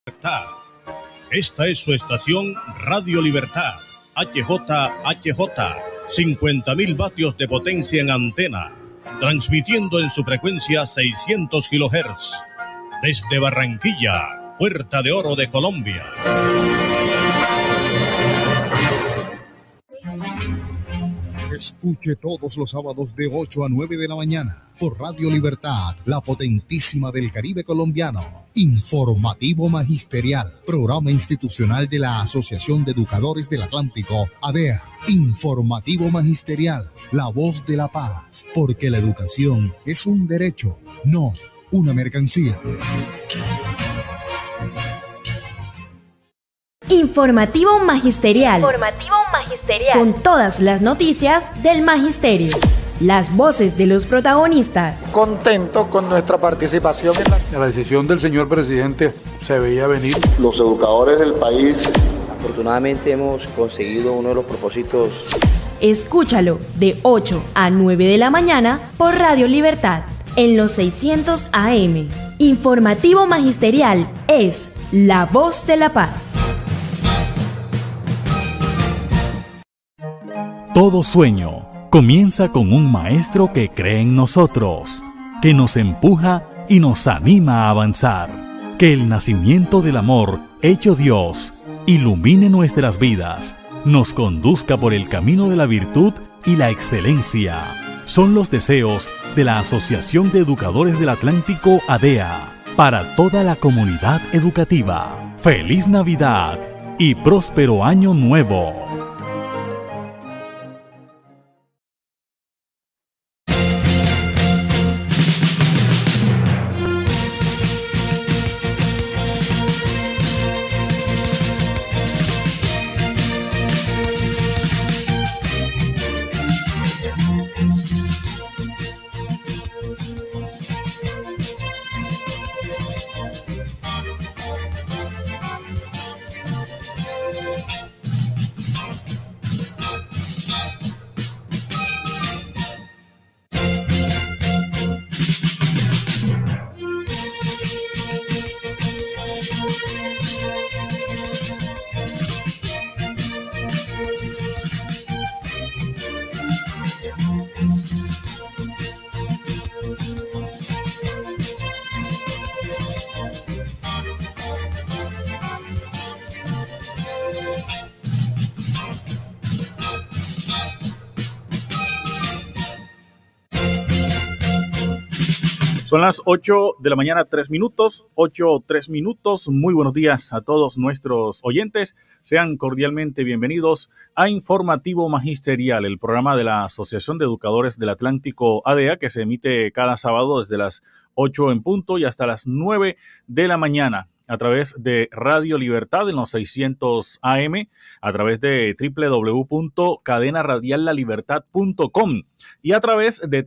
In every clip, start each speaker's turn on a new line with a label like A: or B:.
A: Libertad. Esta es su estación Radio Libertad, HJHJ, 50.000 vatios de potencia en antena, transmitiendo en su frecuencia 600 kHz, desde Barranquilla, Puerta de Oro de Colombia.
B: Escuche todos los sábados de 8 a 9 de la mañana por Radio Libertad, la potentísima del Caribe colombiano. Informativo Magisterial, programa institucional de la Asociación de Educadores del Atlántico, ADEA. Informativo Magisterial, la voz de la paz, porque la educación es un derecho, no una mercancía.
C: Informativo Magisterial. Con todas las noticias del magisterio. Las voces de los protagonistas.
D: Contento con nuestra participación en
E: la decisión del señor presidente se veía venir.
F: Los educadores del país.
G: Afortunadamente hemos conseguido uno de los propósitos.
C: Escúchalo de 8 a 9 de la mañana por Radio Libertad en los 600 AM. Informativo Magisterial es la voz de la paz.
H: Todo sueño comienza con un maestro que cree en nosotros, que nos empuja y nos anima a avanzar. Que el nacimiento del amor, hecho Dios, ilumine nuestras vidas, nos conduzca por el camino de la virtud y la excelencia. Son los deseos de la Asociación de Educadores del Atlántico, ADEA, para toda la comunidad educativa. ¡Feliz Navidad y próspero Año Nuevo!
I: Son las 8 de la mañana, 3 minutos, 8:03 minutos. Muy buenos días a todos nuestros oyentes. Sean cordialmente bienvenidos a Informativo Magisterial, el programa de la Asociación de Educadores del Atlántico, ADEA, que se emite cada sábado desde las 8 en punto y hasta las 9 de la mañana. A través de Radio Libertad en los 600 AM, a través de www.cadenaradiallalibertad.com y a través de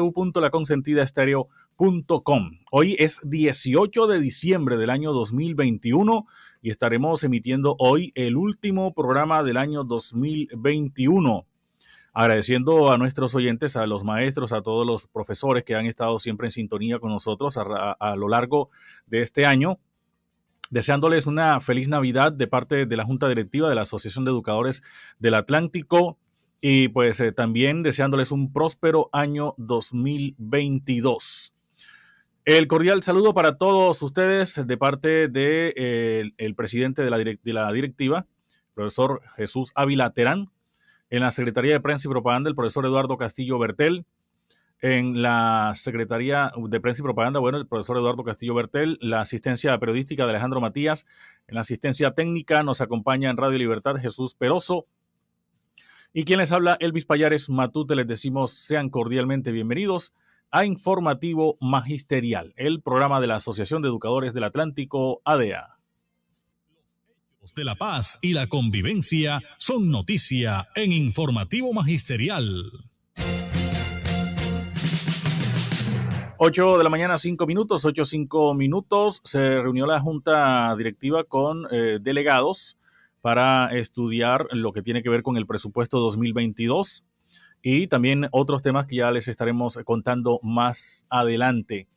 I: www.laconsentidaestereo.com. Hoy es 18 de diciembre del año 2021 y estaremos emitiendo hoy el último programa del año 2021. Agradeciendo a nuestros oyentes, a los maestros, a todos los profesores que han estado siempre en sintonía con nosotros a lo largo de este año. Deseándoles una feliz Navidad de parte de la Junta Directiva de la Asociación de Educadores del Atlántico y pues también deseándoles un próspero año 2022. El cordial saludo para todos ustedes de parte de el presidente de la directiva, profesor Jesús Ávila Terán, en la Secretaría de Prensa y Propaganda, el profesor Eduardo Castillo Bertel, en la Secretaría de Prensa y Propaganda, el profesor Eduardo Castillo Bertel, la asistencia periodística de Alejandro Matías, en la asistencia técnica nos acompaña en Radio Libertad Jesús Peroso, y quien les habla, Elvis Payares Matute. Les decimos sean cordialmente bienvenidos a Informativo Magisterial, el programa de la Asociación de Educadores del Atlántico, ADEA.
H: Los de la paz y la convivencia son noticia en Informativo Magisterial.
I: 8 de la mañana, 5 minutos, 8:05 minutos. Se reunió la Junta Directiva con delegados para estudiar lo que tiene que ver con el presupuesto 2022 y también otros temas que ya les estaremos contando más adelante.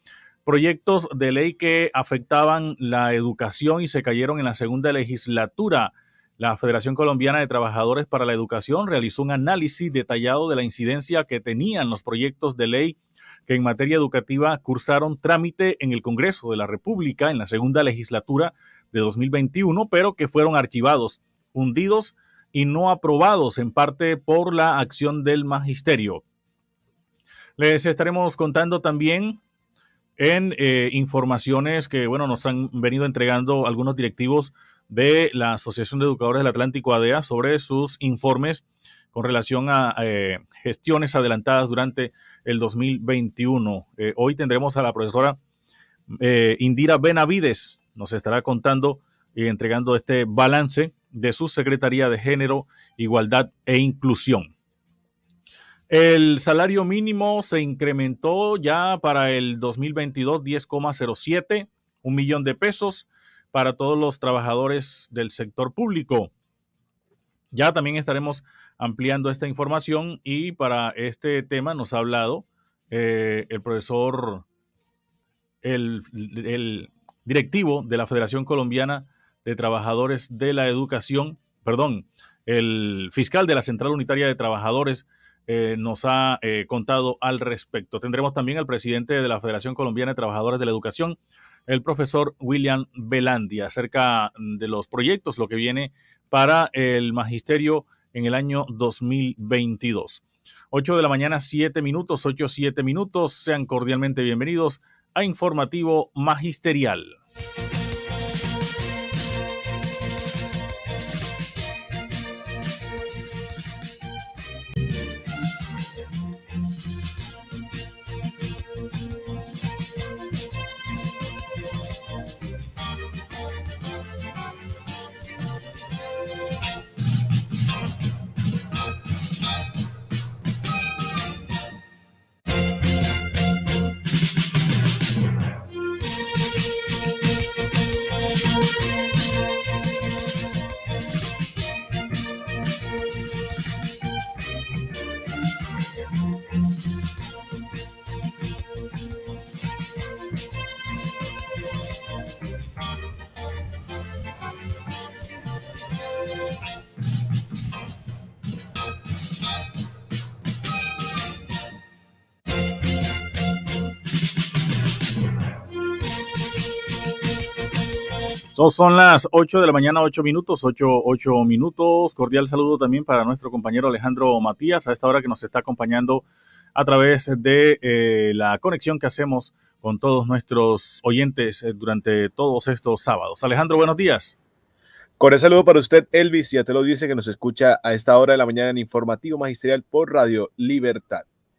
I: proyectos de ley que afectaban la educación y se cayeron en la segunda legislatura. La Federación Colombiana de Trabajadores para la Educación realizó un análisis detallado de la incidencia que tenían los proyectos de ley que en materia educativa cursaron trámite en el Congreso de la República en la segunda legislatura de 2021, pero que fueron archivados, hundidos y no aprobados en parte por la acción del magisterio. Les estaremos contando también en informaciones que nos han venido entregando algunos directivos de la Asociación de Educadores del Atlántico ADEA sobre sus informes con relación a gestiones adelantadas durante el 2021. Hoy tendremos a la profesora Indira Benavides, nos estará contando y entregando este balance de su Secretaría de Género, Igualdad e Inclusión. El salario mínimo se incrementó ya para el 2022 10,07, 1 millón de pesos para todos los trabajadores del sector público. Ya también estaremos ampliando esta información y para este tema nos ha hablado el profesor, el directivo de la Federación Colombiana de Trabajadores de la Educación, el fiscal de la Central Unitaria de Trabajadores nos ha contado al respecto. Tendremos también al presidente de la Federación Colombiana de Trabajadores de la Educación, el profesor William Velandia, acerca de los proyectos, lo que viene para el magisterio en el año 2022. 8 de la mañana, 7 minutos, 8-7 minutos. Sean cordialmente bienvenidos a Informativo Magisterial. Son las 8 de la mañana, 8 minutos. Cordial saludo también para nuestro compañero Alejandro Matías, a esta hora que nos está acompañando a través de la conexión que hacemos con todos nuestros oyentes durante todos estos sábados. Alejandro, buenos días.
J: Cordial saludo para usted, Elvis, ya te lo dice que nos escucha a esta hora de la mañana en Informativo Magisterial por Radio Libertad.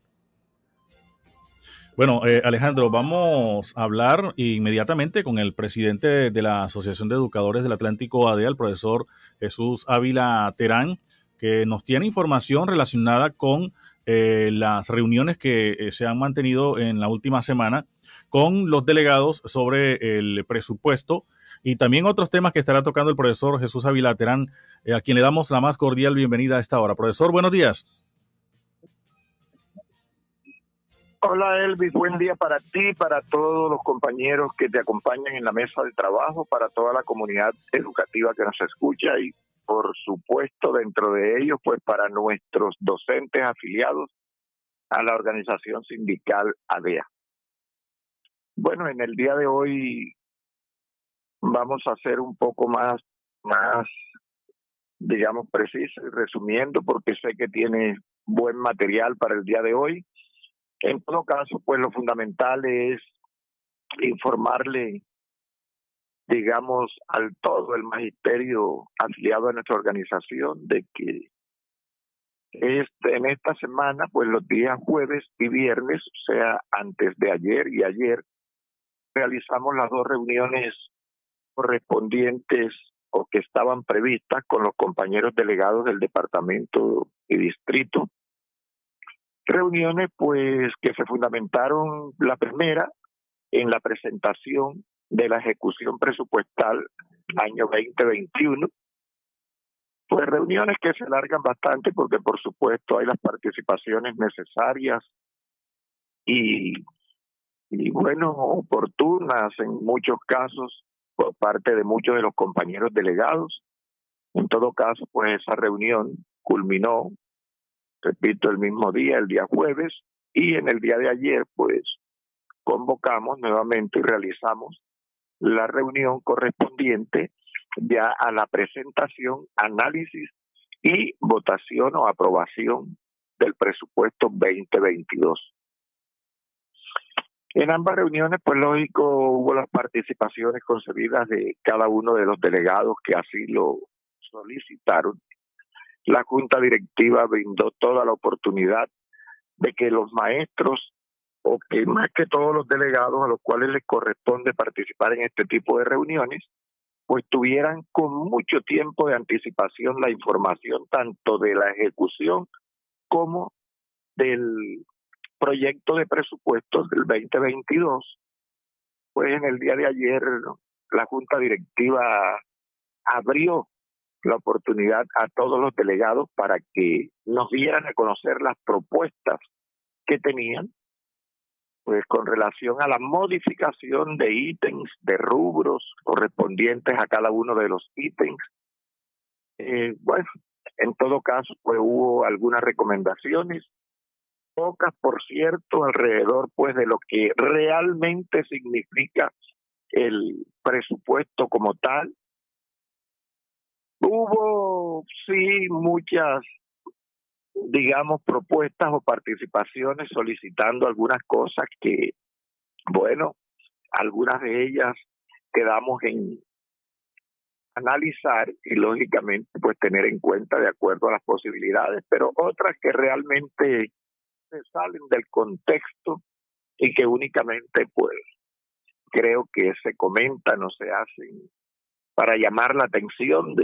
I: Bueno, Alejandro, vamos a hablar inmediatamente con el presidente de la Asociación de Educadores del Atlántico ADEA, el profesor Jesús Ávila Terán, que nos tiene información relacionada con las reuniones que se han mantenido en la última semana con los delegados sobre el presupuesto y también otros temas que estará tocando el profesor Jesús Ávila Terán, a quien le damos la más cordial bienvenida a esta hora. Profesor, buenos días.
K: Hola Elvis, buen día para ti, para todos los compañeros que te acompañan en la mesa de trabajo, para toda la comunidad educativa que nos escucha y por supuesto dentro de ellos pues para nuestros docentes afiliados a la organización sindical ADEA. Bueno, en el día de hoy vamos a ser un poco más digamos preciso y resumiendo porque sé que tiene buen material para el día de hoy. En todo caso, pues lo fundamental es informarle, digamos, al todo el magisterio afiliado a nuestra organización de que en esta semana, pues los días jueves y viernes, o sea, antes de ayer y ayer, realizamos las dos reuniones correspondientes o que estaban previstas con los compañeros delegados del departamento y distrito. Reuniones pues que se fundamentaron, la primera en la presentación de la ejecución presupuestal año 2021, pues reuniones que se alargan bastante porque por supuesto hay las participaciones necesarias y y bueno, oportunas en muchos casos por parte de muchos de los compañeros delegados. En todo caso, pues esa reunión culminó, repito, el mismo día, el día jueves, y en el día de ayer, pues convocamos nuevamente y realizamos la reunión correspondiente ya a la presentación, análisis y votación o aprobación del presupuesto 2022. En ambas reuniones, pues lógico, hubo las participaciones concebidas de cada uno de los delegados que así lo solicitaron. La Junta Directiva brindó toda la oportunidad de que los maestros, o que más que todos los delegados a los cuales les corresponde participar en este tipo de reuniones, pues tuvieran con mucho tiempo de anticipación la información tanto de la ejecución como del proyecto de presupuestos del 2022. Pues en el día de ayer la Junta Directiva abrió la oportunidad a todos los delegados para que nos dieran a conocer las propuestas que tenían, pues con relación a la modificación de ítems, de rubros correspondientes a cada uno de los ítems. Bueno, en todo caso, pues hubo algunas recomendaciones, pocas, por cierto, alrededor pues de lo que realmente significa el presupuesto como tal. Hubo, sí, muchas, digamos, propuestas o participaciones solicitando algunas cosas que, bueno, algunas de ellas quedamos en analizar y lógicamente pues tener en cuenta de acuerdo a las posibilidades, pero otras que realmente se salen del contexto y que únicamente pues creo que se comentan o se hacen para llamar la atención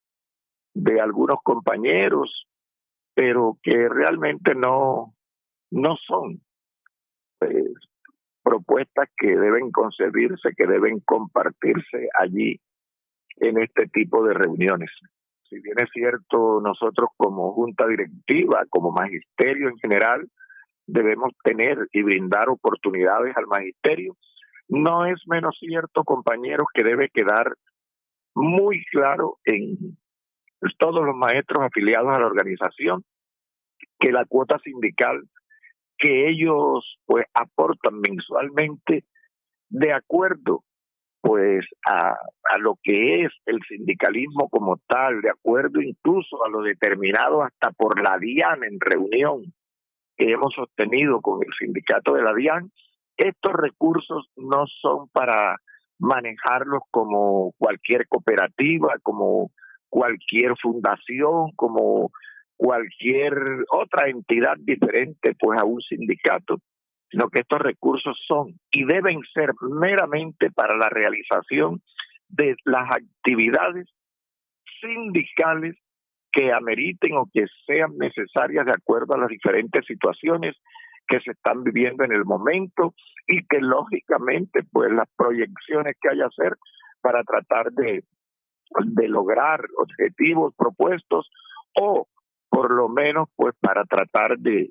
K: de algunos compañeros, pero que realmente no son pues, propuestas que deben concebirse, que deben compartirse allí en este tipo de reuniones. Si bien es cierto, nosotros como junta directiva, como magisterio en general, debemos tener y brindar oportunidades al magisterio, no es menos cierto, compañeros, que debe quedar muy claro en todos los maestros afiliados a la organización que la cuota sindical que ellos pues aportan mensualmente de acuerdo pues a lo que es el sindicalismo como tal, de acuerdo incluso a lo determinado hasta por la DIAN en reunión que hemos sostenido con el sindicato de la DIAN, estos recursos no son para manejarlos como cualquier cooperativa, como cualquier fundación, como cualquier otra entidad diferente pues a un sindicato, sino que estos recursos son y deben ser meramente para la realización de las actividades sindicales que ameriten o que sean necesarias de acuerdo a las diferentes situaciones que se están viviendo en el momento y que lógicamente pues las proyecciones que hay que hacer para tratar de lograr objetivos propuestos o por lo menos pues para tratar de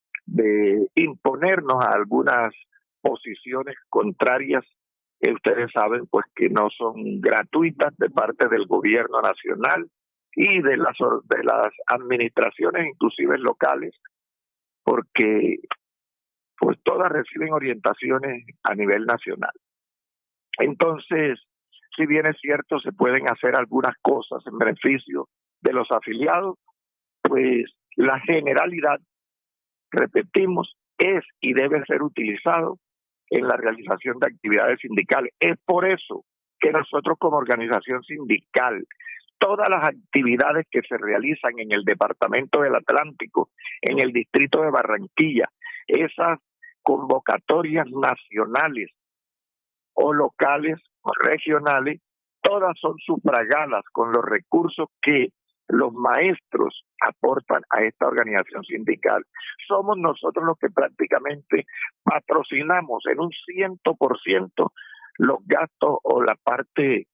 K: imponernos a algunas posiciones contrarias que ustedes saben pues que no son gratuitas de parte del gobierno nacional y de las administraciones inclusive locales, porque pues todas reciben orientaciones a nivel nacional. Entonces, si bien es cierto, se pueden hacer algunas cosas en beneficio de los afiliados, pues la generalidad, repetimos, es y debe ser utilizado en la realización de actividades sindicales. Es por eso que nosotros como organización sindical, todas las actividades que se realizan en el Departamento del Atlántico, en el Distrito de Barranquilla, esas convocatorias nacionales o locales o regionales, todas son sufragadas con los recursos que los maestros aportan a esta organización sindical. Somos nosotros los que prácticamente patrocinamos en un 100% los gastos o la parte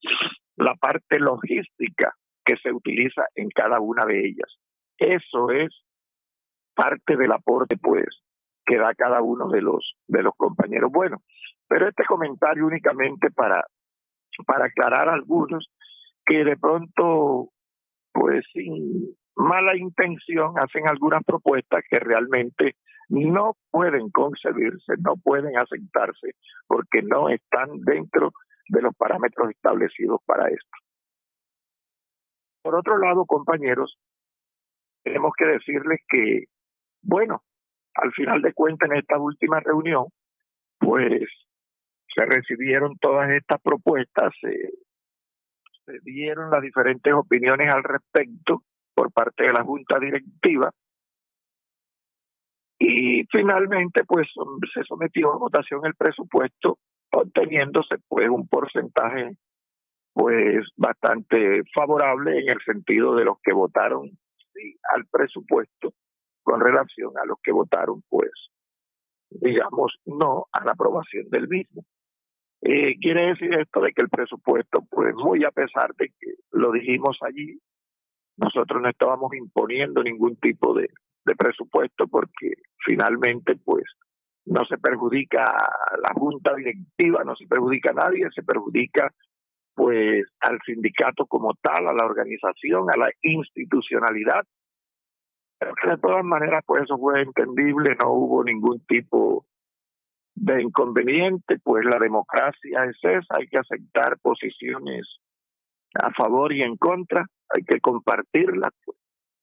K: logística que se utiliza en cada una de ellas. Eso es parte del aporte, pues, que da cada uno de los compañeros. Bueno, pero este comentario únicamente para aclarar a algunos que de pronto, pues sin mala intención, hacen algunas propuestas que realmente no pueden concebirse, no pueden aceptarse, porque no están dentro de los parámetros establecidos para esto. Por otro lado, compañeros, tenemos que decirles que, bueno, al final de cuentas, en esta última reunión, pues se recibieron todas estas propuestas, se dieron las diferentes opiniones al respecto por parte de la Junta Directiva y finalmente pues se sometió a votación el presupuesto, obteniéndose pues un porcentaje pues bastante favorable en el sentido de los que votaron sí al presupuesto con relación a los que votaron pues digamos no a la aprobación del mismo. Quiere decir esto de que el presupuesto, pues muy a pesar de que lo dijimos allí, nosotros no estábamos imponiendo ningún tipo de presupuesto porque finalmente pues no se perjudica a la junta directiva, no se perjudica a nadie, se perjudica pues al sindicato como tal, a la organización, a la institucionalidad, pero que de todas maneras pues eso fue entendible, no hubo ningún tipo de inconveniente, pues la democracia es esa, hay que aceptar posiciones a favor y en contra, hay que compartirlas pues.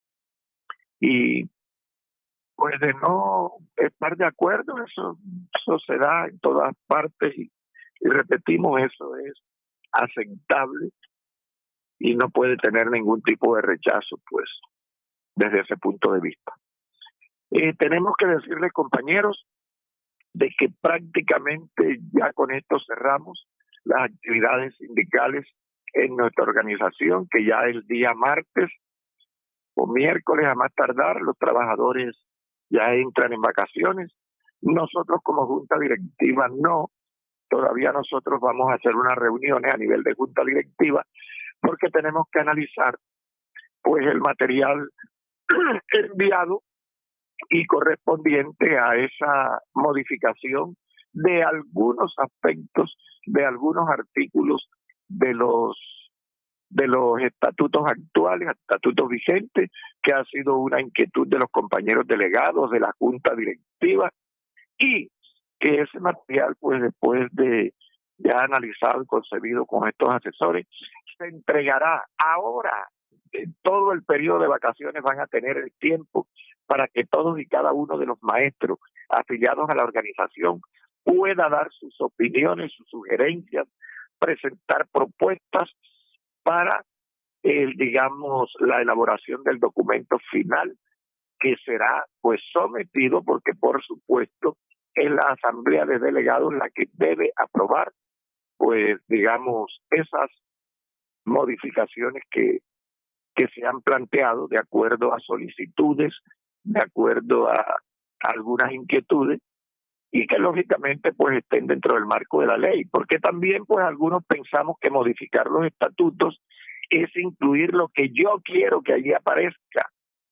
K: Y pues de no estar de acuerdo, eso se da en todas partes y repetimos, eso es aceptable y no puede tener ningún tipo de rechazo pues desde ese punto de vista. Tenemos que decirles, compañeros, de que prácticamente ya con esto cerramos las actividades sindicales en nuestra organización, que ya el día martes o miércoles a más tardar los trabajadores ya entran en vacaciones. Nosotros como junta directiva no, todavía nosotros vamos a hacer unas reuniones a nivel de junta directiva porque tenemos que analizar pues el material enviado y correspondiente a esa modificación de algunos aspectos, de algunos artículos de los estatutos actuales, estatutos vigentes, que ha sido una inquietud de los compañeros delegados de la Junta Directiva, y que ese material, pues después de ya analizado y concebido con estos asesores, se entregará ahora. En todo el periodo de vacaciones van a tener el tiempo para que todos y cada uno de los maestros afiliados a la organización pueda dar sus opiniones, sus sugerencias, presentar propuestas para, digamos, la elaboración del documento final que será pues sometido, porque por supuesto es la Asamblea de Delegados la que debe aprobar pues digamos esas modificaciones que se han planteado de acuerdo a solicitudes, de acuerdo a algunas inquietudes y que lógicamente pues estén dentro del marco de la ley, porque también pues algunos pensamos que modificar los estatutos es incluir lo que yo quiero que allí aparezca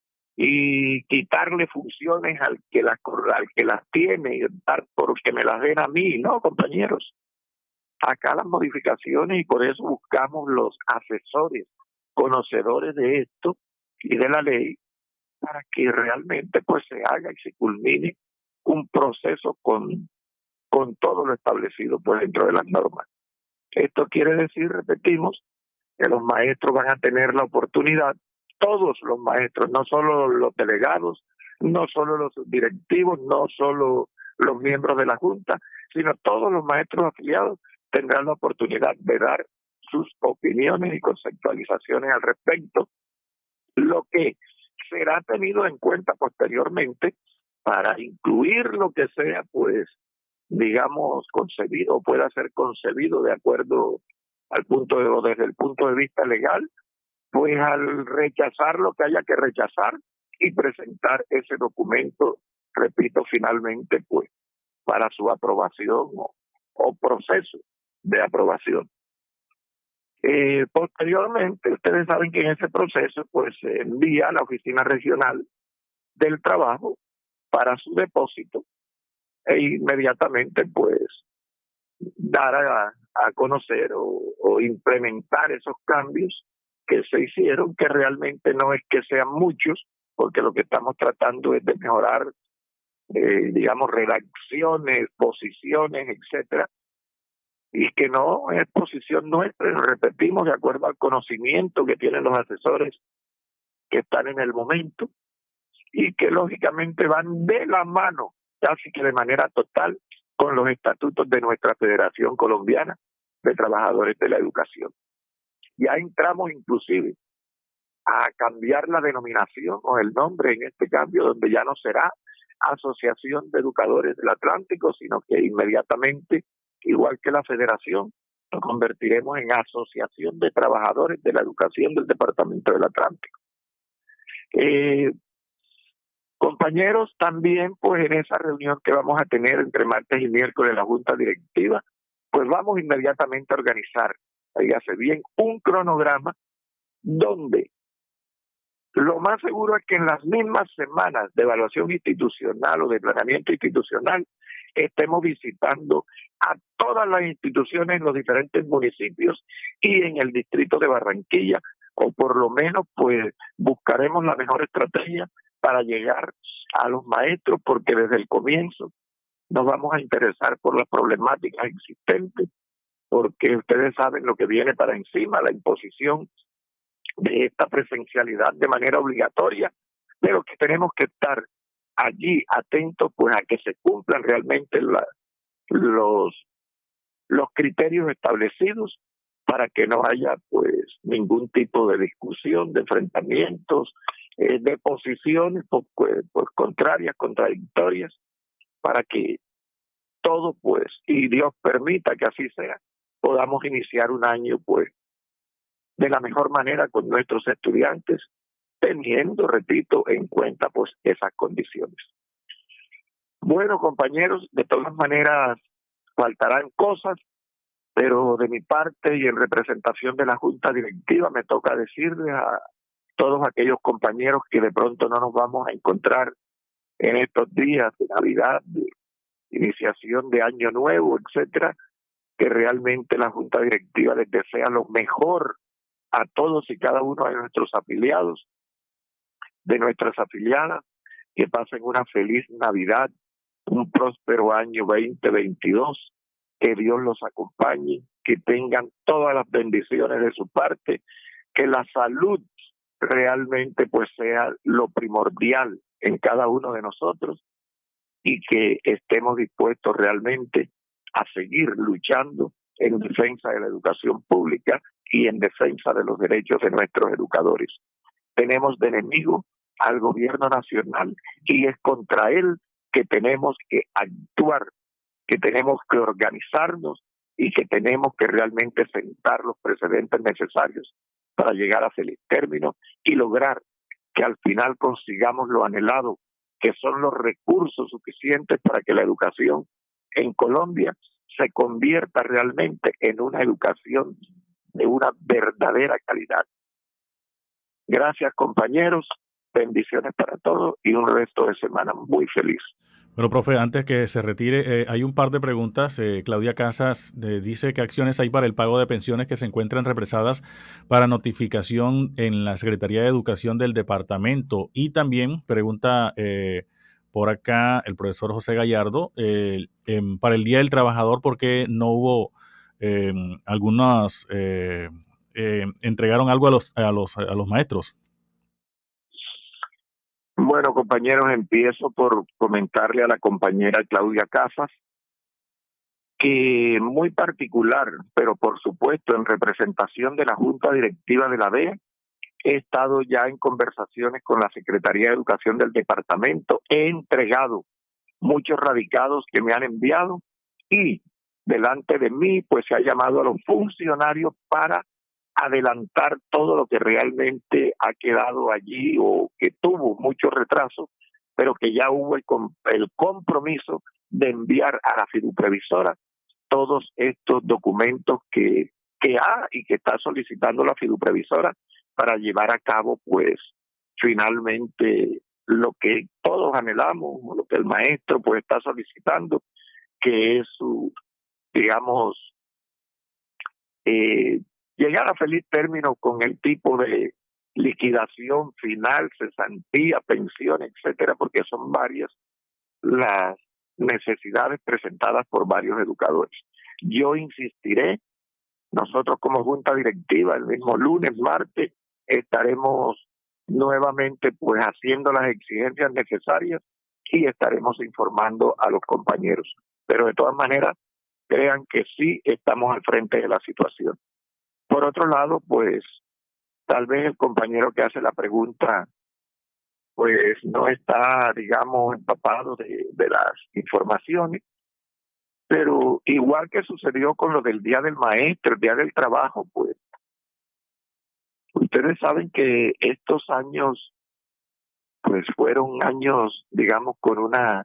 K: y quitarle funciones al que las tiene y dar porque me las den a mí, no, compañeros. Acá las modificaciones, y por eso buscamos los asesores conocedores de esto y de la ley para que realmente pues se haga y se culmine un proceso con todo lo establecido pues dentro de las normas. Esto quiere decir, repetimos, que los maestros van a tener la oportunidad, todos los maestros, no solo los delegados, no solo los directivos, no solo los miembros de la Junta, sino todos los maestros afiliados tendrán la oportunidad de dar sus opiniones y conceptualizaciones al respecto, lo que será tenido en cuenta posteriormente para incluir lo que sea, pues, digamos, concebido o pueda ser concebido de acuerdo al desde el punto de vista legal, pues al rechazar lo que haya que rechazar y presentar ese documento, repito, finalmente, pues, para su aprobación o proceso de aprobación. Posteriormente, ustedes saben que en ese proceso pues se envía a la Oficina Regional del Trabajo para su depósito e inmediatamente pues dar a conocer o implementar esos cambios que se hicieron, que realmente no es que sean muchos, porque lo que estamos tratando es de mejorar, digamos, redacciones, posiciones, etcétera, y que no es posición nuestra, lo repetimos, de acuerdo al conocimiento que tienen los asesores que están en el momento y que lógicamente van de la mano, casi que de manera total, con los estatutos de nuestra Federación Colombiana de Trabajadores de la Educación. Ya entramos inclusive a cambiar la denominación o el nombre en este cambio, donde ya no será Asociación de Educadores del Atlántico, sino que inmediatamente, igual que la Federación, nos convertiremos en Asociación de Trabajadores de la Educación del Departamento del Atlántico. Compañeros, también pues en esa reunión que vamos a tener entre martes y miércoles en la Junta Directiva, pues vamos inmediatamente a organizar, dígase bien, un cronograma donde lo más seguro es que en las mismas semanas de evaluación institucional o de planeamiento institucional estemos visitando a todas las instituciones en los diferentes municipios y en el distrito de Barranquilla, o por lo menos pues buscaremos la mejor estrategia para llegar a los maestros, porque desde el comienzo nos vamos a interesar por las problemáticas existentes, porque ustedes saben lo que viene para encima, la imposición de esta presencialidad de manera obligatoria, pero que tenemos que estar allí atentos pues a que se cumplan realmente los criterios establecidos para que no haya pues ningún tipo de discusión, de enfrentamientos, de posiciones pues contrarias, contradictorias, para que todo pues, y Dios permita que así sea, podamos iniciar un año pues de la mejor manera con nuestros estudiantes, teniendo, repito, en cuenta pues esas condiciones. Bueno, compañeros, de todas maneras faltarán cosas, pero de mi parte y en representación de la Junta Directiva me toca decirles a todos aquellos compañeros que de pronto no nos vamos a encontrar en estos días de Navidad, de iniciación de Año Nuevo, etcétera, que realmente la Junta Directiva les desea lo mejor a todos y cada uno de nuestros afiliados, de nuestras afiliadas, que pasen una feliz Navidad, un próspero año 2022, que Dios los acompañe, que tengan todas las bendiciones de su parte, que la salud realmente pues sea lo primordial en cada uno de nosotros y que estemos dispuestos realmente a seguir luchando en defensa de la educación pública y en defensa de los derechos de nuestros educadores. Tenemos de enemigo al gobierno nacional y es contra él que tenemos que actuar, que tenemos que organizarnos y que tenemos que realmente sentar los precedentes necesarios para llegar a feliz término y lograr que al final consigamos lo anhelado, que son los recursos suficientes para que la educación en Colombia se convierta realmente en una educación de una verdadera calidad. Gracias, compañeros, bendiciones para todos y un resto de semana muy feliz.
I: Bueno, profe, antes que se retire, hay un par de preguntas. Claudia Casas dice qué acciones hay para el pago de pensiones que se encuentran represadas para notificación en la Secretaría de Educación del departamento. Y también pregunta por acá el profesor José Gallardo, para el Día del Trabajador, ¿por qué no hubo entregaron algo a los maestros?
K: Bueno, compañeros, empiezo por comentarle a la compañera Claudia Casas que muy particular, pero por supuesto en representación de la Junta Directiva de la DEA, he estado ya en conversaciones con la Secretaría de Educación del departamento, he entregado muchos radicados que me han enviado y delante de mí pues se ha llamado a los funcionarios para adelantar todo lo que realmente ha quedado allí o que tuvo mucho retraso, pero que ya hubo el compromiso de enviar a la fiduprevisora todos estos documentos que ha y que está solicitando la fiduprevisora para llevar a cabo pues finalmente lo que todos anhelamos, o lo que el maestro pues está solicitando, que es su, digamos, llegar a feliz término con el tipo de liquidación final, cesantía, pensión, etcétera, porque son varias las necesidades presentadas por varios educadores. Yo insistiré, nosotros como junta directiva el mismo lunes, martes, estaremos nuevamente pues haciendo las exigencias necesarias y estaremos informando a los compañeros. Pero de todas maneras, crean que sí estamos al frente de la situación. Por otro lado, pues tal vez el compañero que hace la pregunta pues no está, digamos, empapado de las informaciones, pero igual que sucedió con lo del Día del Maestro, el Día del Trabajo, pues ustedes saben que estos años pues fueron años, digamos, con una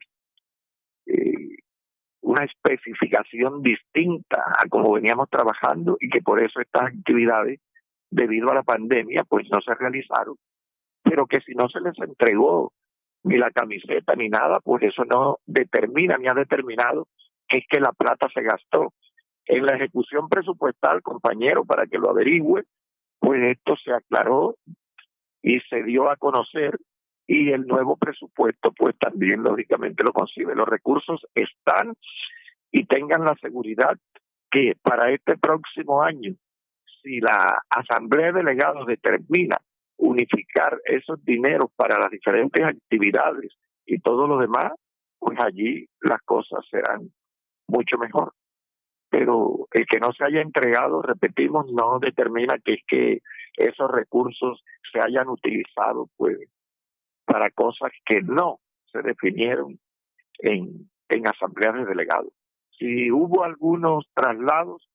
K: especificación distinta a como veníamos trabajando, y que por eso estas actividades, debido a la pandemia, pues no se realizaron, pero que si no se les entregó ni la camiseta ni nada, pues eso no determina ni ha determinado que es que la plata se gastó. En la ejecución presupuestal, compañero, para que lo averigüe, pues esto se aclaró y se dio a conocer, y el nuevo presupuesto pues también lógicamente lo concibe. Los recursos están, y tengan la seguridad que para este próximo año, si la Asamblea de Delegados determina unificar esos dineros para las diferentes actividades y todo lo demás, pues allí las cosas serán mucho mejor. Pero el que no se haya entregado, repetimos, no determina que es que esos recursos se hayan utilizado pues para cosas que no se definieron en asambleas de delegados. Si hubo algunos traslados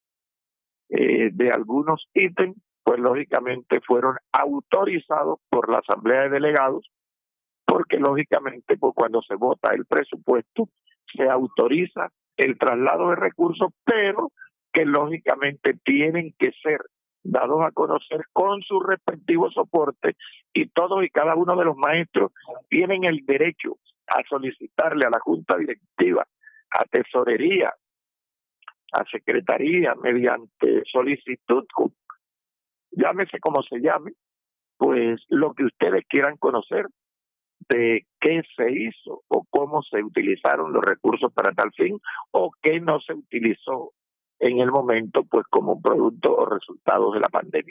K: de algunos ítems, pues lógicamente fueron autorizados por la asamblea de delegados, porque lógicamente pues cuando se vota el presupuesto se autoriza el traslado de recursos, pero que lógicamente tienen que ser dados a conocer con su respectivo soporte, y todos y cada uno de los maestros tienen el derecho a solicitarle a la junta directiva, a tesorería, a secretaría, mediante solicitud, llámese como se llame, pues lo que ustedes quieran conocer de qué se hizo o cómo se utilizaron los recursos para tal fin, o qué no se utilizó en el momento pues como producto o resultado de la pandemia.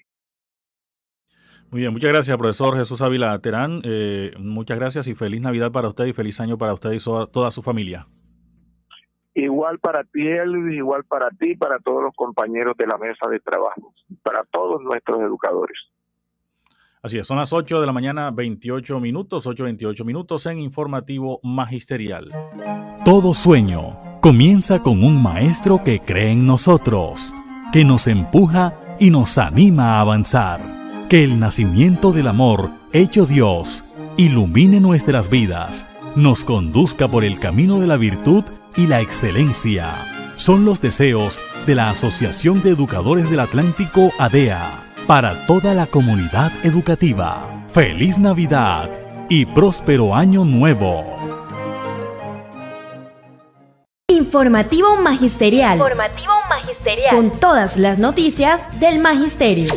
I: Muy bien, muchas gracias, profesor Jesús Ávila Terán. Muchas gracias y feliz Navidad para usted y feliz año para usted y toda su familia.
K: Igual para ti, Elvis, igual para ti, para todos los compañeros de la mesa de trabajo, para todos nuestros educadores.
I: Así es, son las 8 de la mañana, 28 minutos, 8:28 minutos en Informativo Magisterial.
H: Todo sueño comienza con un maestro que cree en nosotros, que nos empuja y nos anima a avanzar. Que el nacimiento del amor, hecho Dios, ilumine nuestras vidas, nos conduzca por el camino de la virtud y la excelencia. Son los deseos de la Asociación de Educadores del Atlántico, ADEA, para toda la comunidad educativa. ¡Feliz Navidad y próspero Año Nuevo!
C: Informativo Magisterial. Con todas las noticias del Magisterio.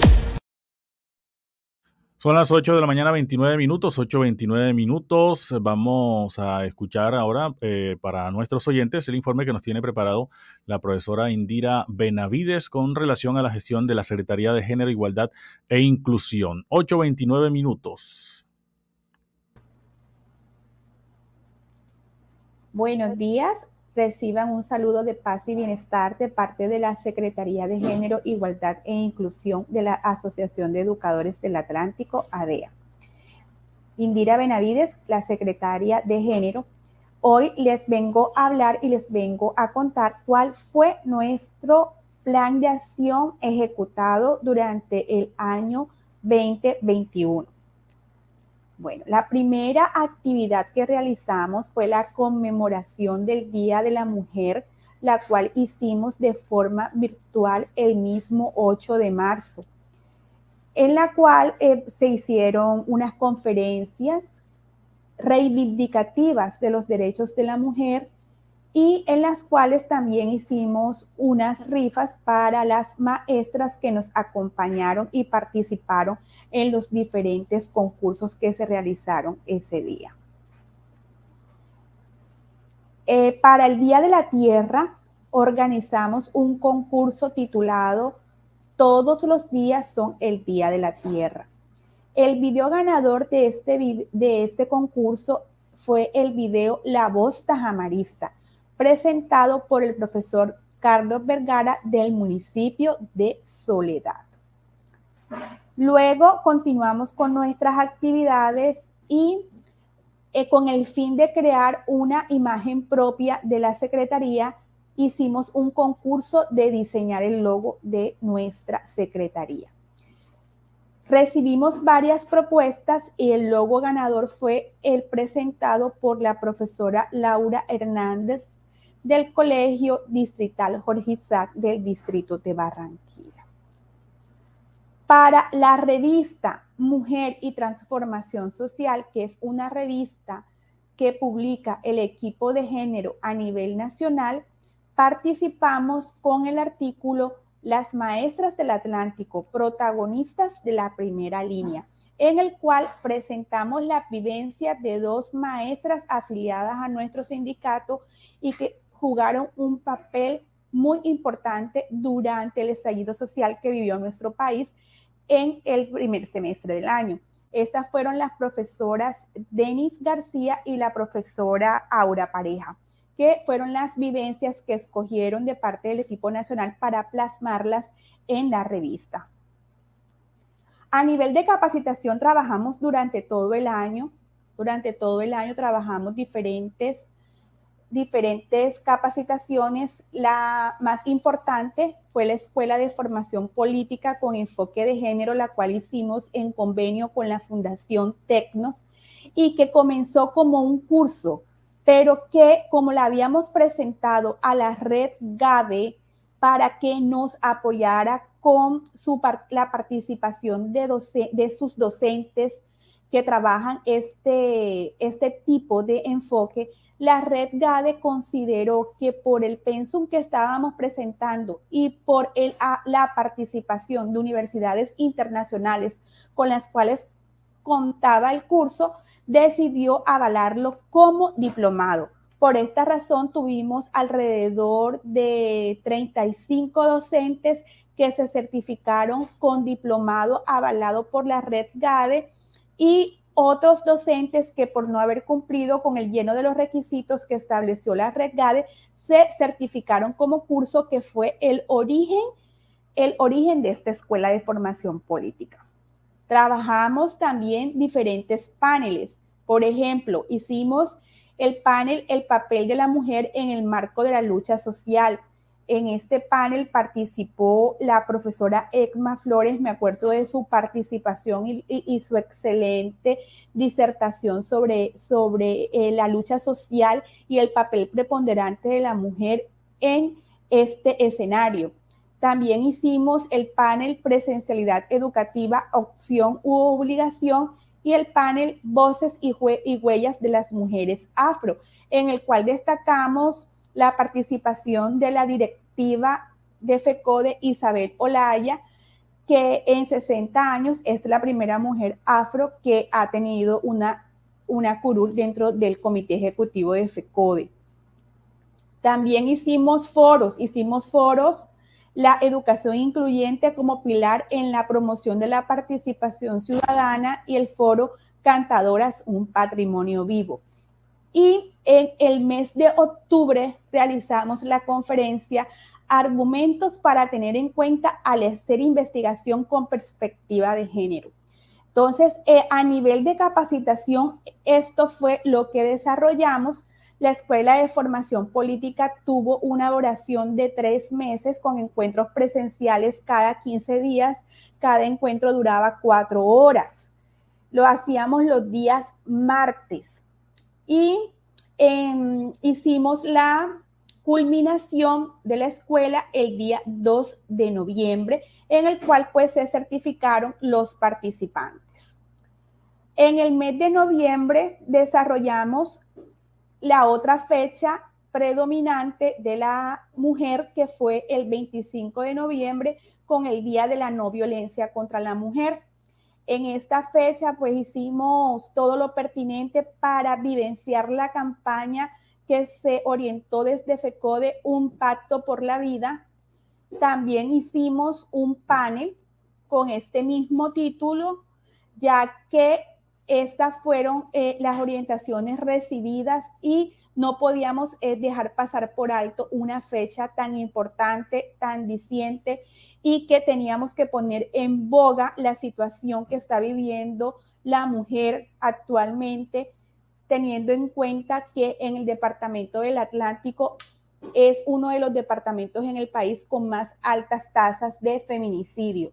I: Son las 8 de la mañana, 29 minutos, 8:29 minutos. Vamos a escuchar ahora para nuestros oyentes el informe que nos tiene preparado la profesora Indira Benavides con relación a la gestión de la Secretaría de Género, Igualdad e Inclusión. 8:29 minutos.
L: Buenos días. Reciban un saludo de paz y bienestar de parte de la Secretaría de Género, Igualdad e Inclusión de la Asociación de Educadores del Atlántico, ADEA. Indira Benavides, la secretaria de Género. Hoy les vengo a hablar y les vengo a contar cuál fue nuestro plan de acción ejecutado durante el año 2021. Bueno, la primera actividad que realizamos fue la conmemoración del Día de la Mujer, la cual hicimos de forma virtual el mismo 8 de marzo, en la cual se hicieron unas conferencias reivindicativas de los derechos de la mujer, y en las cuales también hicimos unas rifas para las maestras que nos acompañaron y participaron en los diferentes concursos que se realizaron ese día. Para el Día de la Tierra organizamos un concurso titulado Todos los días son el Día de la Tierra. El video ganador de este concurso fue el video La Voz Tajamarista, presentado por el profesor Carlos Vergara del municipio de Soledad. Luego continuamos con nuestras actividades y con el fin de crear una imagen propia de la Secretaría, hicimos un concurso de diseñar el logo de nuestra Secretaría. Recibimos varias propuestas y el logo ganador fue el presentado por la profesora Laura Hernández del Colegio Distrital Jorge Isaac del Distrito de Barranquilla. Para la revista Mujer y Transformación Social, que es una revista que publica el equipo de género a nivel nacional, participamos con el artículo Las Maestras del Atlántico, protagonistas de la primera línea, en el cual presentamos la vivencia de 2 maestras afiliadas a nuestro sindicato y que jugaron un papel muy importante durante el estallido social que vivió nuestro país en el primer semestre del año. Estas fueron las profesoras Denis García y la profesora Aura Pareja, que fueron las vivencias que escogieron de parte del equipo nacional para plasmarlas en la revista. A nivel de capacitación trabajamos durante todo el año. Durante todo el año trabajamos diferentes capacitaciones. La más importante fue la Escuela de Formación Política con Enfoque de Género, la cual hicimos en convenio con la Fundación Tecnos y que comenzó como un curso, pero que como la habíamos presentado a la red GADE para que nos apoyara con la participación de sus docentes que trabajan este tipo de enfoque, la red GADE consideró que por el pensum que estábamos presentando y por la participación de universidades internacionales con las cuales contaba el curso, decidió avalarlo como diplomado. Por esta razón tuvimos alrededor de 35 docentes que se certificaron con diplomado avalado por la red GADE y otros docentes que por no haber cumplido con el lleno de los requisitos que estableció la red GADE se certificaron como curso, que fue el origen de esta Escuela de Formación Política. Trabajamos también diferentes paneles. Por ejemplo, hicimos el panel El papel de la mujer en el marco de la lucha social. En este panel participó la profesora Ekma Flores, me acuerdo de su participación y su excelente disertación sobre la lucha social y el papel preponderante de la mujer en este escenario. También hicimos el panel Presencialidad Educativa, Opción u Obligación y el panel Voces y Huellas de las Mujeres Afro, en el cual destacamos la participación de la directiva de FECODE, Isabel Olaya, que en 60 años es la primera mujer afro que ha tenido una curul dentro del comité ejecutivo de FECODE. También hicimos foros, la educación incluyente como pilar en la promoción de la participación ciudadana y el foro Cantadoras, un patrimonio vivo. Y en el mes de octubre realizamos la conferencia Argumentos para tener en cuenta al hacer investigación con perspectiva de género. Entonces, a nivel de capacitación, esto fue lo que desarrollamos. La Escuela de Formación Política tuvo una duración de 3 meses con encuentros presenciales cada 15 días. Cada encuentro duraba 4 horas. Lo hacíamos los días martes. Y hicimos la culminación de la escuela el día 2 de noviembre, en el cual pues se certificaron los participantes. En el mes de noviembre desarrollamos la otra fecha predominante de la mujer, que fue el 25 de noviembre, con el Día de la No Violencia contra la Mujer. En esta fecha, pues hicimos todo lo pertinente para vivenciar la campaña que se orientó desde FECODE, Un Pacto por la Vida. También hicimos un panel con este mismo título, ya que estas fueron las orientaciones recibidas y no podíamos dejar pasar por alto una fecha tan importante, tan diciente, y que teníamos que poner en boga la situación que está viviendo la mujer actualmente, teniendo en cuenta que en el departamento del Atlántico es uno de los departamentos en el país con más altas tasas de feminicidio.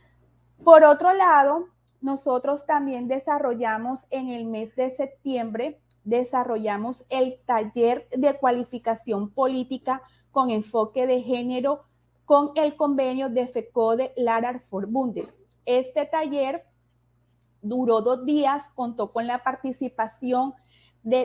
L: Por otro lado, nosotros también desarrollamos en el mes de septiembre, desarrollamos el taller de cualificación política con enfoque de género con el convenio de FECODE Lara Forbundet. Este taller duró 2 días, contó con la participación de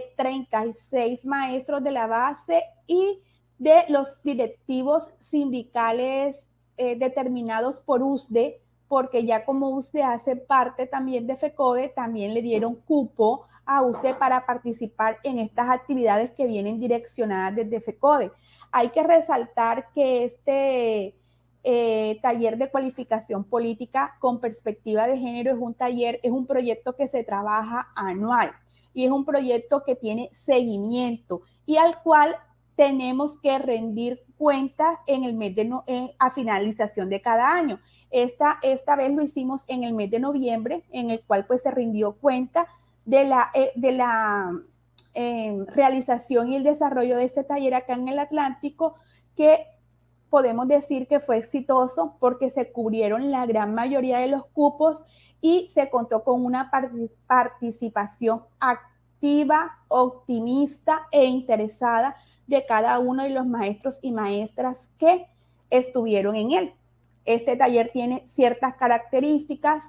L: 36 maestros de la base y de los directivos sindicales determinados por USDE, porque ya como USDE hace parte también de FECODE, también le dieron cupo a USDE para participar en estas actividades que vienen direccionadas desde FECODE. Hay que resaltar que este taller de cualificación política con perspectiva de género es un proyecto que se trabaja anual y es un proyecto que tiene seguimiento y al cual tenemos que rendir cuentas en el mes a finalización de cada año. Esta vez lo hicimos en el mes de noviembre, en el cual pues se rindió cuenta de la realización y el desarrollo de este taller acá en el Atlántico, que podemos decir que fue exitoso porque se cubrieron la gran mayoría de los cupos y se contó con una participación activa, optimista e interesada de cada uno de los maestros y maestras que estuvieron en él. Este taller tiene ciertas características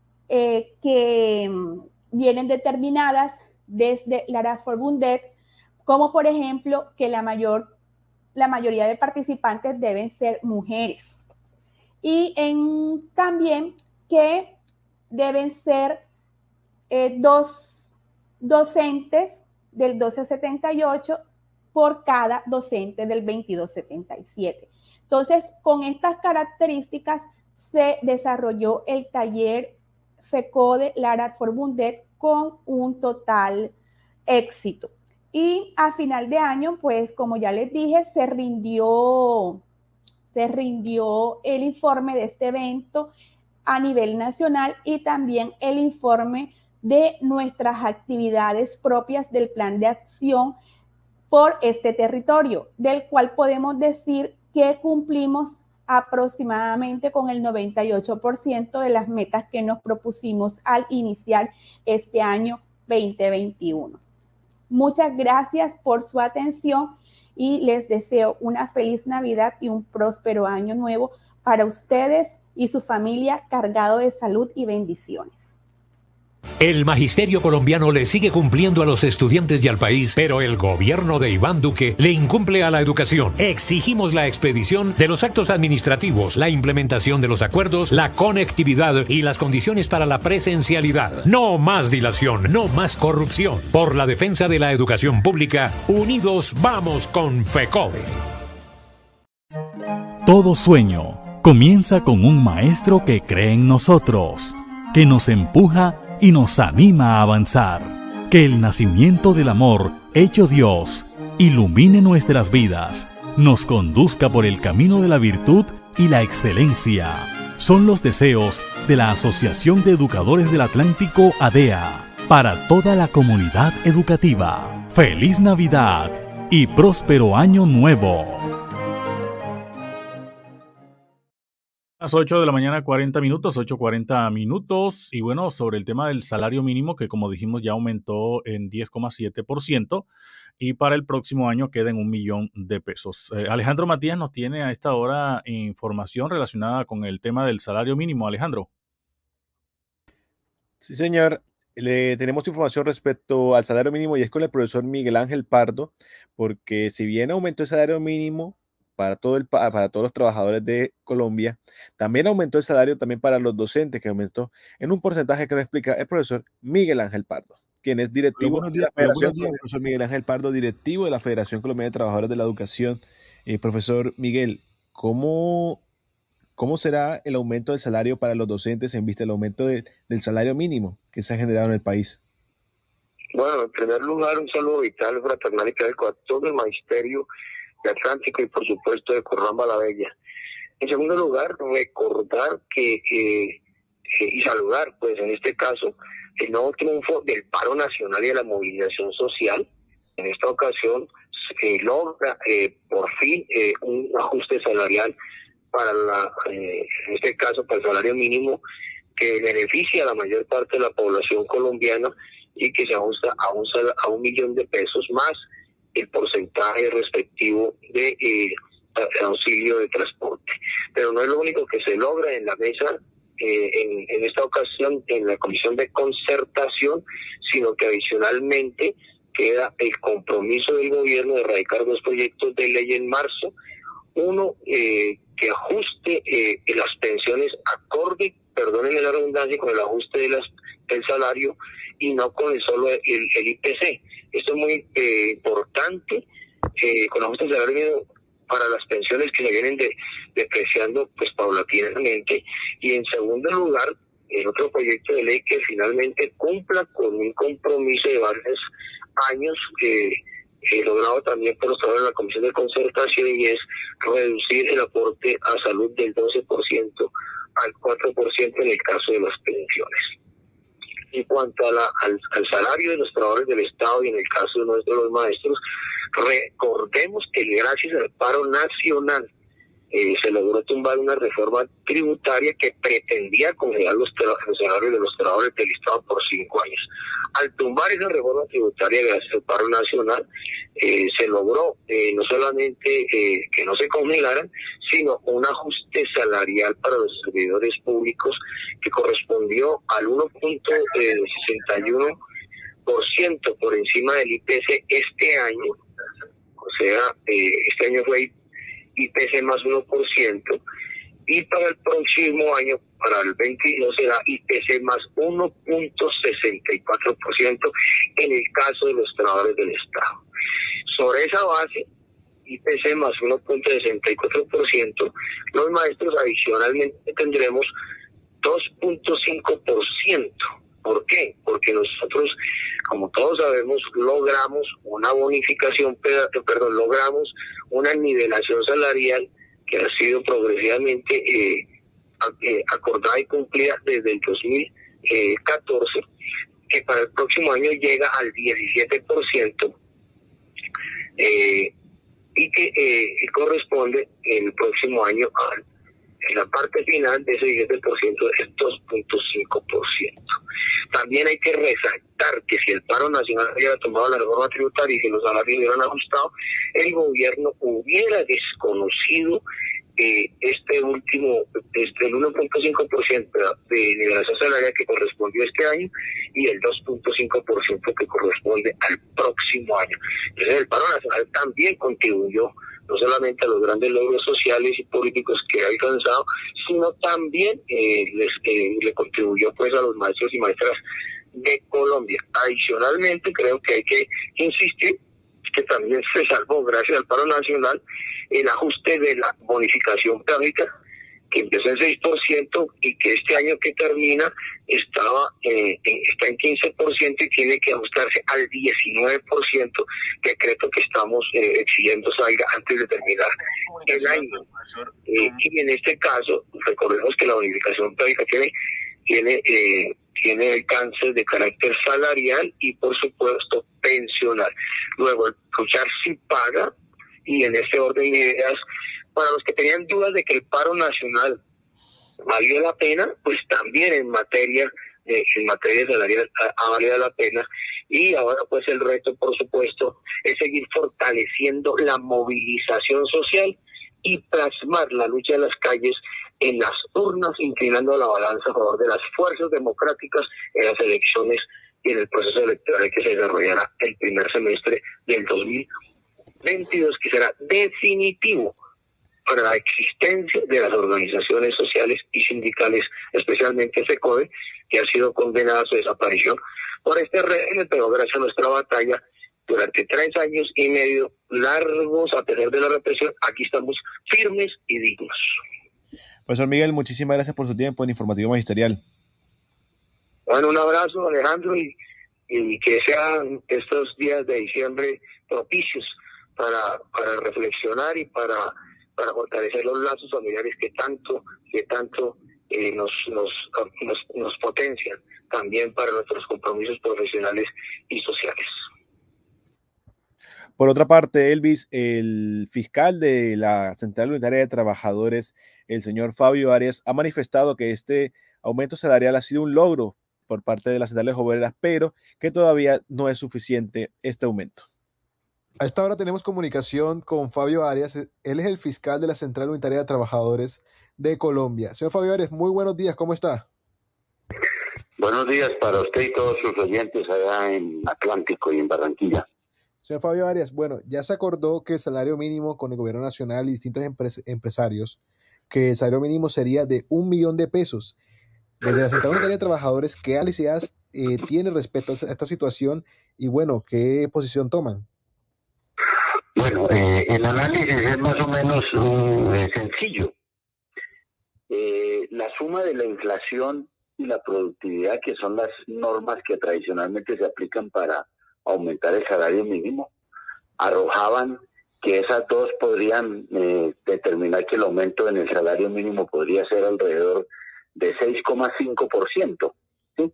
L: que vienen determinadas desde Lara Forbundet, como por ejemplo que la mayoría de participantes deben ser mujeres y también que deben ser 2 docentes del 1278 por cada docente del 2277. Entonces, con estas características se desarrolló el taller FECODE Lara Forbundet con un total éxito. Y a final de año, pues como ya les dije, se rindió el informe de este evento a nivel nacional y también el informe de nuestras actividades propias del plan de acción por este territorio, del cual podemos decir que cumplimos aproximadamente con el 98% de las metas que nos propusimos al iniciar este año 2021. Muchas gracias por su atención y les deseo una feliz Navidad y un próspero año nuevo para ustedes y su familia, cargado de salud y bendiciones.
M: El magisterio colombiano le sigue cumpliendo a los estudiantes y al país, pero el gobierno de Iván Duque le incumple a la educación. Exigimos la expedición de los actos administrativos, la implementación de los acuerdos, la conectividad y las condiciones para la presencialidad. No más dilación, no más corrupción. Por la defensa de la educación pública, unidos vamos con FECODE.
H: Todo sueño comienza con un maestro que cree en nosotros, que nos empuja y nos anima a avanzar. Que el nacimiento del amor, hecho Dios, ilumine nuestras vidas, nos conduzca por el camino de la virtud y la excelencia. Son los deseos de la Asociación de Educadores del Atlántico, ADEA, para toda la comunidad educativa. ¡Feliz Navidad y próspero año nuevo!
I: Las 8 de la mañana, 40 minutos, 8:40 minutos. Y bueno, sobre el tema del salario mínimo, que como dijimos ya aumentó en 10,7% y para el próximo año queda en 1 millón de pesos. Alejandro Matías nos tiene a esta hora información relacionada con el tema del salario mínimo. Alejandro.
J: Sí, señor. tenemos información respecto al salario mínimo y es con el profesor Miguel Ángel Pardo, porque si bien aumentó el salario mínimo para todos los trabajadores de Colombia, también aumentó el salario también para los docentes, que aumentó en un porcentaje que nos explica el profesor Miguel Ángel Pardo, quien es directivo
N: buenos días,
J: profesor Miguel Ángel Pardo, directivo de la Federación Colombiana de Trabajadores de la Educación. Profesor Miguel, ¿cómo será el aumento del salario para los docentes en vista del aumento del salario mínimo que se ha generado en el país?
O: Bueno, en primer lugar, un saludo vital, fraternal y cálido a todo el magisterio de Atlántico y por supuesto de Corramba la Bella. En segundo lugar, recordar y saludar, pues en este caso, el nuevo triunfo del paro nacional y de la movilización social. En esta ocasión se logra por fin un ajuste salarial para en este caso para el salario mínimo, que beneficia a la mayor parte de la población colombiana y que se ajusta a $1 millón de pesos más el porcentaje respectivo de auxilio de transporte. Pero no es lo único que se logra en la mesa, en esta ocasión, en la Comisión de Concertación, sino que adicionalmente queda el compromiso del gobierno de erradicar 2 proyectos de ley en marzo. Uno, que ajuste las pensiones acorde, perdonen la redundancia, con el ajuste del salario y no con solo el IPC. Esto es muy importante, con ajuste del salario para las pensiones que se vienen depreciando pues paulatinamente. Y en segundo lugar, el otro proyecto de ley que finalmente cumpla con un compromiso de varios años logrado también por los trabajadores de la Comisión de Concertación, y es reducir el aporte a salud del 12% al 4% en el caso de las pensiones. En cuanto al salario de los trabajadores del Estado y en el caso de los maestros, recordemos que gracias al paro nacional se logró tumbar una reforma tributaria que pretendía congelar los salarios de los trabajadores del Estado por 5 años. Al tumbar esa reforma tributaria gracias al paro nacional, se logró no solamente que no se congelaran, sino un ajuste salarial para los servidores públicos que correspondió al 1.61% por encima del IPC este año. O sea, este año fue IPC más 1%, y para el próximo año, para el 22, será IPC más 1.64% en el caso de los trabajadores del Estado. Sobre esa base, IPC más 1.64%, los maestros adicionalmente tendremos 2.5%. ¿Por qué? Porque nosotros, como todos sabemos, logramos una logramos una nivelación salarial que ha sido progresivamente acordada y cumplida desde el 2014, que para el próximo año llega al 17%, y que corresponde el próximo año en la parte final de ese 17% es 2.5%. También hay que resaltar que si el paro nacional hubiera tomado la reforma tributaria y si los salarios hubieran ajustado, el gobierno hubiera desconocido el 1.5% de nivelación salarial que correspondió este año y el 2.5% que corresponde al próximo año. Entonces el paro nacional también contribuyó no solamente a los grandes logros sociales y políticos que ha alcanzado, sino también le contribuyó pues a los maestros y maestras de Colombia. Adicionalmente, creo que hay que insistir que también se salvó, gracias al paro nacional, el ajuste de la bonificación pedagógica, que empezó en 6% y que este año que termina está en 15% y tiene que ajustarse al 19%, decreto que estamos exigiendo salga antes de terminar el año. Y en este caso, recordemos que la bonificación pedagógica tiene alcances de carácter salarial y, por supuesto, pensional. Luego, escuchar si paga, y en este orden de ideas, para los que tenían dudas de que el paro nacional valió la pena, pues también en materia salarial ha valido la pena. Y ahora pues el reto, por supuesto, es seguir fortaleciendo la movilización social y plasmar la lucha de las calles en las urnas, inclinando la balanza a favor de las fuerzas democráticas en las elecciones en el proceso electoral que se desarrollará el primer semestre del 2022, que será definitivo para la existencia de las organizaciones sociales y sindicales, especialmente FECODE, que ha sido condenada a su desaparición por este régimen, pero gracias a nuestra batalla durante 3 años y medio largos, a pesar de la represión, aquí estamos firmes y dignos.
J: Profesor Miguel, muchísimas gracias por su tiempo en Informativo Magisterial.
O: Bueno, un abrazo, Alejandro, y que sean estos días de diciembre propicios para reflexionar y para fortalecer los lazos familiares que tanto nos potencian también para nuestros compromisos profesionales y sociales.
J: Por otra parte, Elvis, el fiscal de la Central Unitaria de Trabajadores, el señor Fabio Arias, ha manifestado que este aumento salarial ha sido un logro por parte de las centrales obreras, pero que todavía no es suficiente este aumento.
N: A esta hora tenemos comunicación con Fabio Arias. Él es el fiscal de la Central Unitaria de Trabajadores de Colombia. Señor Fabio Arias, muy buenos días, ¿cómo está?
O: Buenos días para usted y todos sus oyentes allá en Atlántico y en Barranquilla.
N: Señor Fabio Arias, bueno, ya se acordó que el salario mínimo con el gobierno nacional y distintos empresarios, que el salario mínimo sería de 1 millón de pesos. Desde la Central Unitaria de Trabajadores, ¿qué análisis tiene respecto a esta situación y bueno, qué posición toman?
O: Bueno, el análisis es más o menos sencillo. La suma de la inflación y la productividad, que son las normas que tradicionalmente se aplican para aumentar el salario mínimo, arrojaban que esas dos podrían determinar que el aumento en el salario mínimo podría ser alrededor de 6,5%. ¿sí?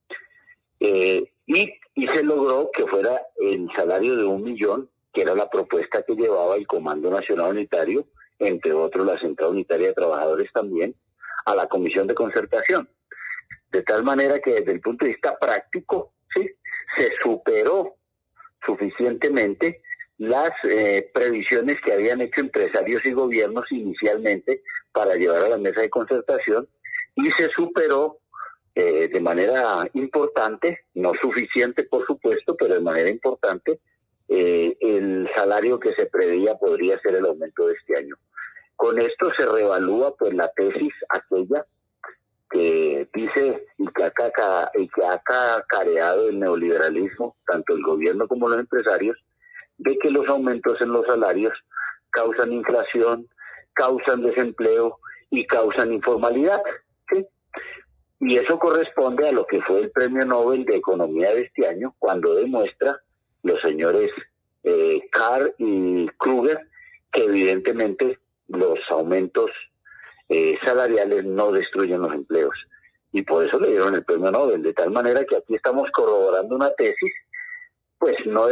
O: Y se logró que fuera el salario de 1 millón, que era la propuesta que llevaba el Comando Nacional Unitario, entre otros la Central Unitaria de Trabajadores también, a la Comisión de Concertación. De tal manera que desde el punto de vista práctico, ¿sí? se superó suficientemente las previsiones que habían hecho empresarios y gobiernos inicialmente para llevar a la mesa de concertación, y se superó de manera importante, no suficiente por supuesto, pero de manera importante, el salario que se preveía podría ser el aumento de este año. Con esto se reevalúa pues la tesis aquella que dice y que ha cacareado el neoliberalismo, tanto el gobierno como los empresarios, de que los aumentos en los salarios causan inflación, causan desempleo y causan informalidad. ¿sí? Y eso corresponde a lo que fue el Premio Nobel de Economía de este año, cuando demuestra los señores Carr y Kruger que evidentemente los aumentos salariales no destruyen los empleos, y por eso le dieron el Premio Nobel, de tal manera que aquí estamos corroborando una tesis, pues no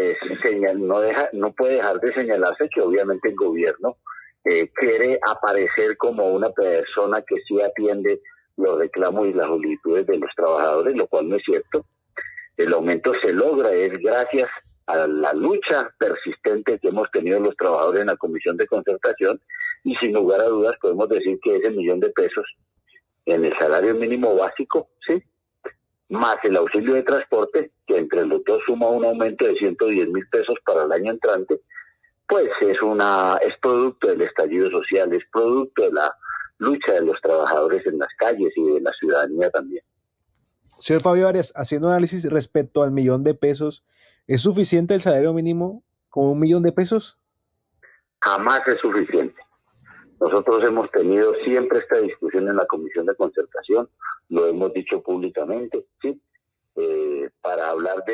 O: puede dejar de señalarse que obviamente el gobierno quiere aparecer como una persona que sí atiende los reclamos y las solicitudes de los trabajadores, lo cual no es cierto. El aumento se logra es gracias a la lucha persistente que hemos tenido los trabajadores en la Comisión de Concertación, y sin lugar a dudas podemos decir que ese 1 millón de pesos en el salario mínimo básico, ¿sí? más el auxilio de transporte, que entre los dos suma un aumento de 110,000 pesos para el año entrante, pues es producto del estallido social, es producto de la lucha de los trabajadores en las calles y de la ciudadanía también.
N: Señor Fabio Arias, haciendo análisis respecto al 1 millón de pesos, ¿es suficiente el salario mínimo con 1 millón de pesos?
O: Jamás es suficiente. Nosotros hemos tenido siempre esta discusión en la Comisión de Concertación, lo hemos dicho públicamente, ¿sí? Para hablar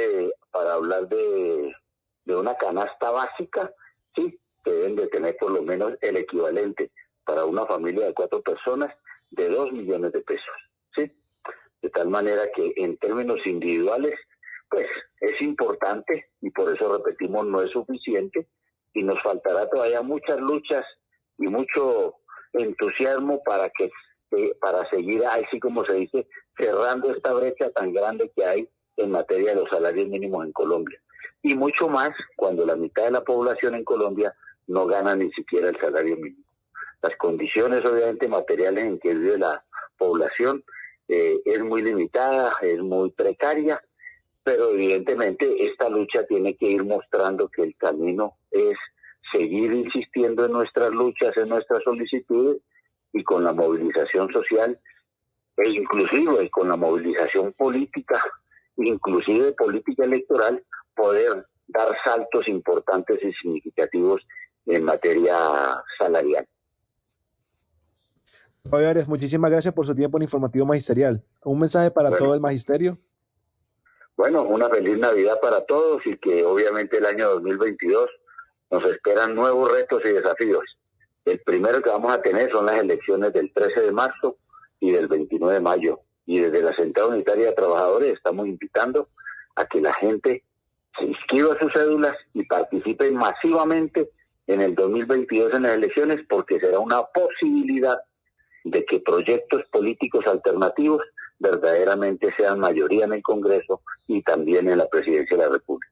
O: de una canasta básica, sí, que deben de tener por lo menos el equivalente para una familia de 4 personas de 2 millones de pesos, ¿sí? De tal manera que en términos individuales, pues es importante, y por eso repetimos, no es suficiente, y nos faltará todavía muchas luchas y mucho entusiasmo para seguir, así como se dice, cerrando esta brecha tan grande que hay en materia de los salarios mínimos en Colombia. Y mucho más cuando la mitad de la población en Colombia no gana ni siquiera el salario mínimo. Las condiciones obviamente materiales en que vive la población es muy limitada, es muy precaria,
P: pero evidentemente esta lucha tiene que ir mostrando que el camino es seguir insistiendo en nuestras luchas, en nuestras solicitudes, y con la movilización social e inclusive con la movilización política, inclusive política electoral, poder dar saltos importantes y significativos en materia salarial.
N: Fabio Arias, muchísimas gracias por su tiempo en Informativo Magisterial. Un mensaje para todo el magisterio.
P: Bueno, una feliz Navidad para todos y que obviamente el año 2022 nos esperan nuevos retos y desafíos. El primero que vamos a tener son las elecciones del 13 de marzo y del 29 de mayo. Y desde la Central Unitaria de Trabajadores estamos invitando a que la gente se inscriba sus cédulas y participe masivamente en el 2022 en las elecciones, porque será una posibilidad de que proyectos políticos alternativos verdaderamente sean mayoría en el Congreso y también en la Presidencia de la República.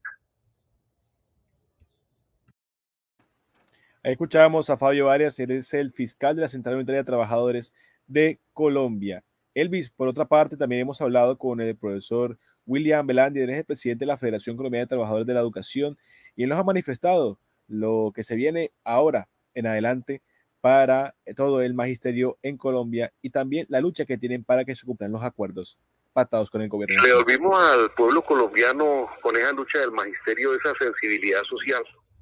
J: Ahí escuchábamos a Fabio Arias, él es el fiscal de la Central Unitaria de Trabajadores de Colombia. Elvis, por otra parte, también hemos hablado con el profesor William Belandi, él es el presidente de la Federación Colombiana de Trabajadores de la Educación, y él nos ha manifestado lo que se viene ahora en adelante para todo el magisterio en Colombia y también la lucha que tienen para que se cumplan los acuerdos pactados con el gobierno.
O: Le volvimos al pueblo colombiano con esa lucha del magisterio, esa sensibilidad social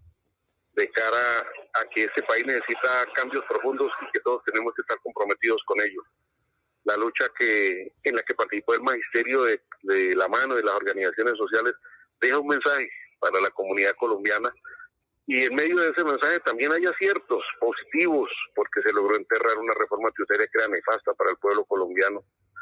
O: de cara a que este país necesita cambios profundos y que todos tenemos que estar comprometidos con ellos. La lucha en la que participó el magisterio de la mano de las organizaciones sociales deja un mensaje para la comunidad colombiana, y en medio de ese mensaje también hay aciertos positivos, porque se logró enterrar una reforma tributaria que era nefasta para el pueblo colombiano.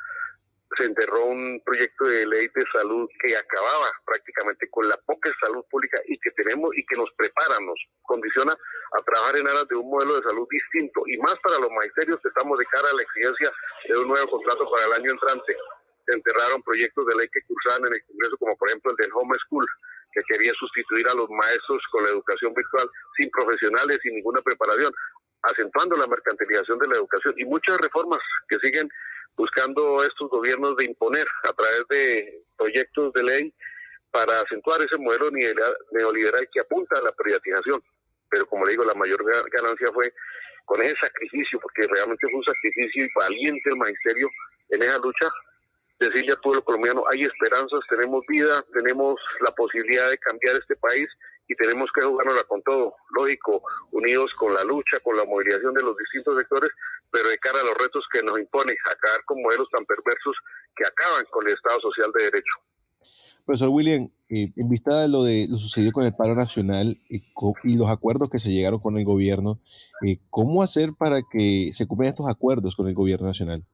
O: Se enterró un proyecto de ley de salud que acababa prácticamente con la poca salud pública y que tenemos y que nos prepara, nos condiciona a trabajar en aras de un modelo de salud distinto, y más para los magisterios que estamos de cara a la exigencia de un nuevo contrato para el año entrante. Se enterraron proyectos de ley que cursaban en el Congreso, como por ejemplo el del Home School, que quería sustituir a los maestros con la educación virtual sin profesionales, sin ninguna preparación, acentuando la mercantilización de la educación, y muchas reformas que siguen buscando estos gobiernos de imponer a través de proyectos de ley para acentuar ese modelo neoliberal que apunta a la privatización. Pero como le digo, la mayor ganancia fue con ese sacrificio, porque realmente fue un sacrificio y valiente el magisterio en esa lucha, decirle al pueblo colombiano: hay esperanzas, tenemos vida, tenemos la posibilidad de cambiar este país y tenemos que jugárnosla con todo. Lógico, unidos con la lucha, con la movilización de los distintos sectores, pero de cara a los retos que nos impone acabar con modelos tan perversos que acaban con el Estado Social de Derecho.
N: Profesor William, en vista de lo sucedido con el paro nacional y los acuerdos que se llegaron con el gobierno, ¿cómo hacer para que se cumplan estos acuerdos con el gobierno nacional?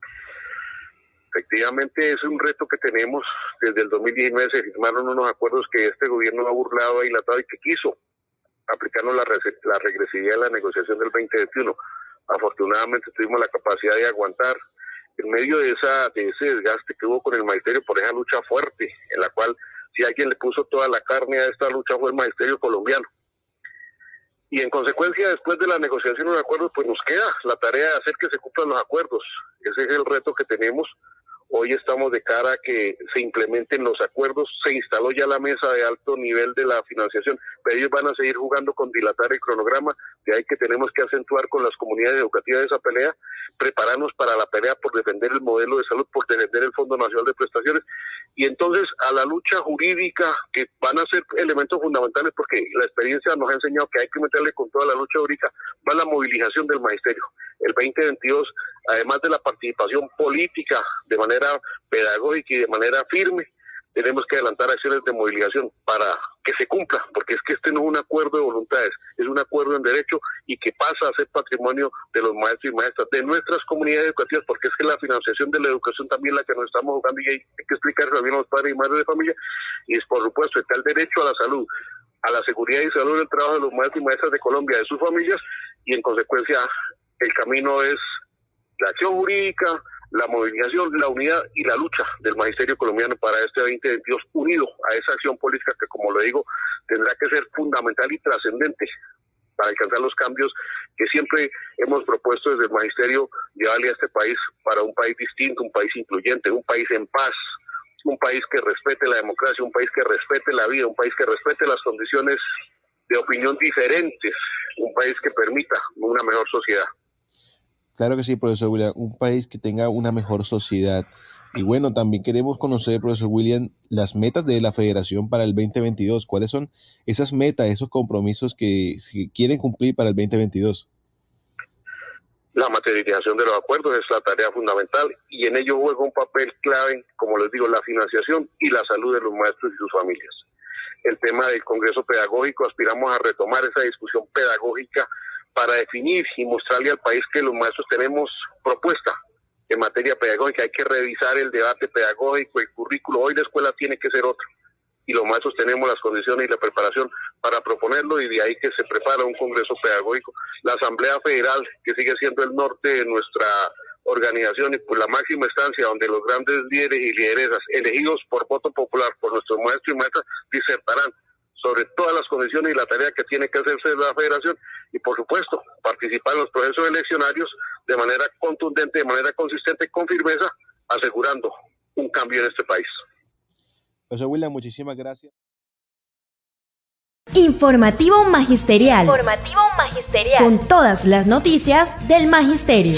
O: Efectivamente es un reto que tenemos. Desde el 2019 se firmaron unos acuerdos que este gobierno ha burlado, ha dilatado y que quiso aplicarnos la regresividad de la negociación del 2021. Afortunadamente tuvimos la capacidad de aguantar en medio de ese desgaste que hubo con el magisterio por esa lucha fuerte, en la cual si alguien le puso toda la carne a esta lucha fue el magisterio colombiano. Y en consecuencia, después de la negociación de los acuerdos, pues nos queda la tarea de hacer que se cumplan los acuerdos. Ese es el reto que tenemos. Hoy estamos de cara a que se implementen los acuerdos. Se instaló ya la mesa de alto nivel de la financiación, pero ellos van a seguir jugando con dilatar el cronograma. De ahí que tenemos que acentuar con las comunidades educativas esa pelea, prepararnos para la pelea por defender el modelo de salud, por defender el Fondo Nacional de Prestaciones, y entonces a la lucha jurídica, que van a ser elementos fundamentales, porque la experiencia nos ha enseñado que hay que meterle con toda la lucha jurídica, va la movilización del magisterio. El 2022, además de la participación política de manera pedagógica y de manera firme, tenemos que adelantar acciones de movilización para que se cumpla, porque es que este no es un acuerdo de voluntades, es un acuerdo en derecho y que pasa a ser patrimonio de los maestros y maestras, de nuestras comunidades educativas, porque es que la financiación de la educación también es la que nos estamos jugando, y hay que explicarlo también a los padres y madres de familia. Y es, por supuesto, está el derecho a la salud, a la seguridad y salud del trabajo de los maestros y maestras de Colombia, de sus familias, y en consecuencia el camino es la acción jurídica, la movilización, la unidad y la lucha del magisterio colombiano para este 2022, unido a esa acción política que, como lo digo, tendrá que ser fundamental y trascendente para alcanzar los cambios que siempre hemos propuesto desde el magisterio llevarle a este país para un país distinto, un país incluyente, un país en paz, un país que respete la democracia, un país que respete la vida, un país que respete las condiciones de opinión diferentes, un país que permita una mejor sociedad.
J: Claro que sí, profesor William, un país que tenga una mejor sociedad. Y bueno, también queremos conocer, profesor William, las metas de la Federación para el 2022. ¿Cuáles son esas metas, esos compromisos que quieren cumplir para el 2022?
O: La materialización de los acuerdos es la tarea fundamental y en ello juega un papel clave, como les digo, la financiación y la salud de los maestros y sus familias. El tema del Congreso Pedagógico, aspiramos a retomar esa discusión pedagógica para definir y mostrarle al país que los maestros tenemos propuesta en materia pedagógica. Hay que revisar el debate pedagógico, el currículo. Hoy la escuela tiene que ser otra y los maestros tenemos las condiciones y la preparación para proponerlo, y de ahí que se prepara un Congreso Pedagógico. La Asamblea Federal, que sigue siendo el norte de nuestra organización y pues la máxima instancia donde los grandes líderes y lideresas elegidos por voto popular por nuestros maestros y maestras disertarán sobre todas las condiciones y la tarea que tiene que hacerse la Federación, y por supuesto participar en los procesos eleccionarios de manera contundente, de manera consistente, con firmeza, asegurando un cambio en este país.
J: Profesor William, muchísimas gracias.
C: Informativo Magisterial. Con todas las noticias del Magisterio.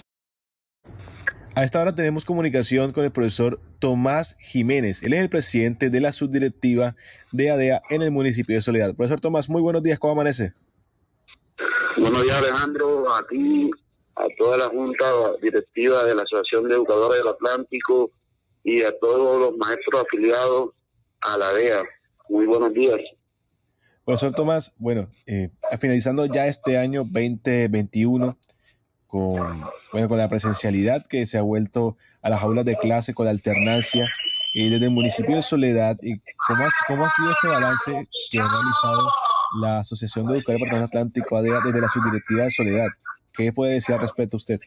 J: A esta hora tenemos comunicación con el profesor Tomás Jiménez. Él es el presidente de la subdirectiva de ADEA en el municipio de Soledad. Profesor Tomás, muy buenos días, ¿cómo amanece?
O: Buenos días, Alejandro, a ti, a toda la junta directiva de la Asociación de Educadores del Atlántico y a todos los maestros afiliados a la ADEA. Muy buenos días.
J: Profesor Tomás, bueno, finalizando ya este año 2021, con la presencialidad que se ha vuelto a las aulas de clase con la alternancia desde el municipio de Soledad, y cómo ha sido este balance que ha realizado la Asociación de Educadores del Atlántico ADEA desde la subdirectiva de Soledad. ¿Qué puede decir al respecto usted?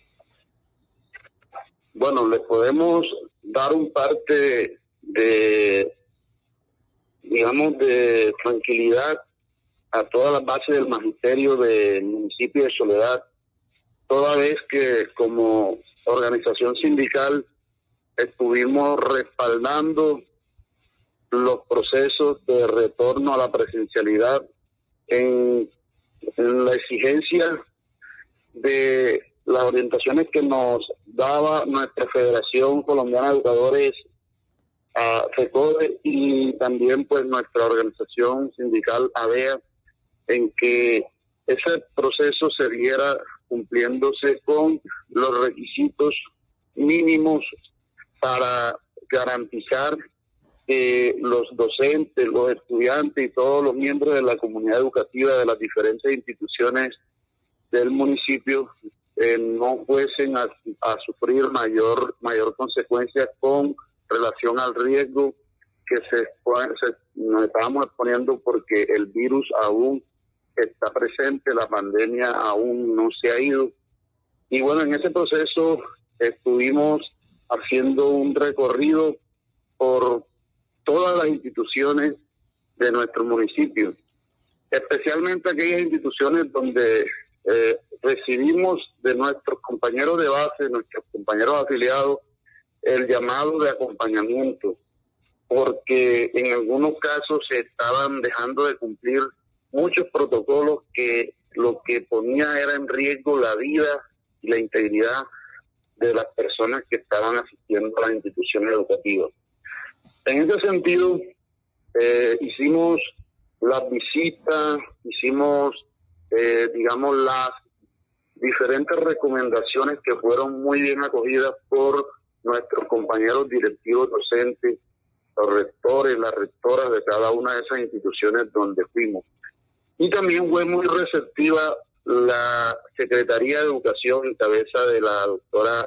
O: Bueno, le podemos dar un parte de tranquilidad a todas las bases del magisterio del municipio de Soledad, toda vez que como organización sindical estuvimos respaldando los procesos de retorno a la presencialidad en la exigencia de las orientaciones que nos daba nuestra Federación Colombiana de Educadores, FECODE, y también pues nuestra organización sindical ADEA, en que ese proceso se viera cumpliéndose con los requisitos mínimos para garantizar que los docentes, los estudiantes y todos los miembros de la comunidad educativa de las diferentes instituciones del municipio no fuesen a sufrir mayor consecuencia con relación al riesgo que nos estábamos exponiendo, porque el virus aún está presente, la pandemia aún no se ha ido. Y bueno, en ese proceso estuvimos haciendo un recorrido por todas las instituciones de nuestro municipio, especialmente aquellas instituciones donde recibimos de nuestros compañeros de base, nuestros compañeros afiliados, el llamado de acompañamiento, porque en algunos casos se estaban dejando de cumplir muchos protocolos que lo que ponía era en riesgo la vida y la integridad de las personas que estaban asistiendo a las instituciones educativas. En ese sentido, hicimos las visitas, hicimos, las diferentes recomendaciones que fueron muy bien acogidas por nuestros compañeros directivos docentes, los rectores, las rectoras de cada una de esas instituciones donde fuimos. Y también fue muy receptiva la Secretaría de Educación en cabeza de la doctora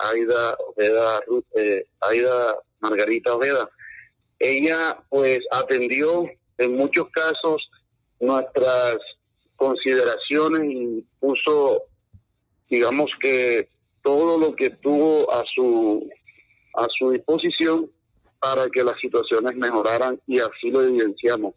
O: Aida Margarita Ojeda. Ella pues atendió en muchos casos nuestras consideraciones y puso, digamos que todo lo que tuvo a su disposición para que las situaciones mejoraran, y así lo evidenciamos.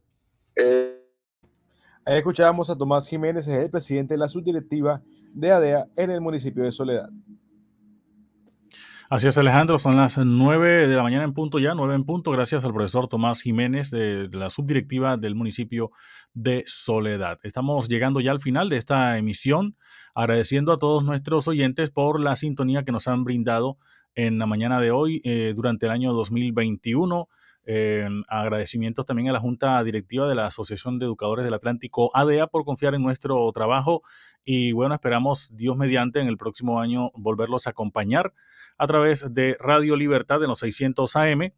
J: Ahí escuchábamos a Tomás Jiménez, es el presidente de la subdirectiva de ADEA en el municipio de Soledad.
I: Así es, Alejandro, son las 9 de la mañana en punto ya, 9 en punto, gracias al profesor Tomás Jiménez de la subdirectiva del municipio de Soledad. Estamos llegando ya al final de esta emisión, agradeciendo a todos nuestros oyentes por la sintonía que nos han brindado en la mañana de hoy durante el año 2021. Agradecimientos también a la Junta Directiva de la Asociación de Educadores del Atlántico ADEA por confiar en nuestro trabajo y bueno, esperamos Dios mediante en el próximo año volverlos a acompañar a través de Radio Libertad en los 600 AM,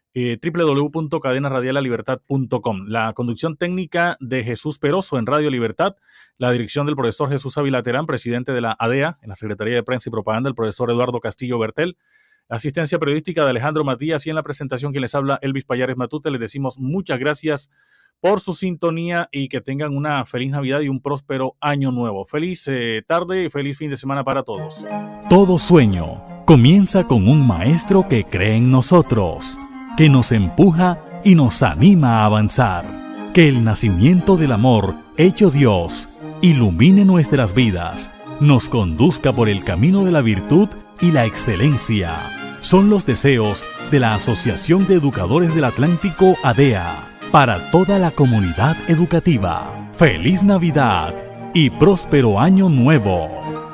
I: www.cadenaradialalibertad.com. La conducción técnica de Jesús Peroso en Radio Libertad, la dirección del profesor Jesús Ávila Terán, presidente de la ADEA, en la Secretaría de Prensa y Propaganda, el profesor Eduardo Castillo Bertel, asistencia periodística de Alejandro Matías y en la presentación quien les habla Elvis Payares Matute. Les decimos muchas gracias por su sintonía y que tengan una feliz Navidad y un próspero año nuevo. Feliz tarde y feliz fin de semana para todos.
H: Todo sueño comienza con un maestro que cree en nosotros, que nos empuja y nos anima a avanzar. Que el nacimiento del amor, hecho Dios, ilumine nuestras vidas, nos conduzca por el camino de la virtud y la excelencia. Son los deseos de la Asociación de Educadores del Atlántico ADEA para toda la comunidad educativa. ¡Feliz Navidad y próspero año nuevo!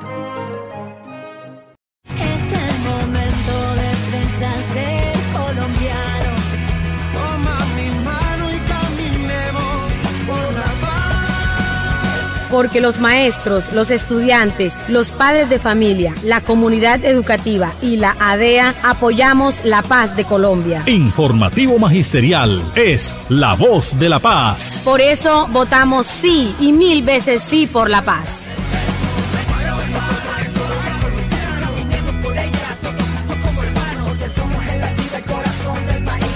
Q: Porque los maestros, los estudiantes, los padres de familia, la comunidad educativa y la ADEA apoyamos la paz de Colombia.
H: Informativo Magisterial es la voz de la paz.
Q: Por eso votamos sí y 1000 veces sí por la paz.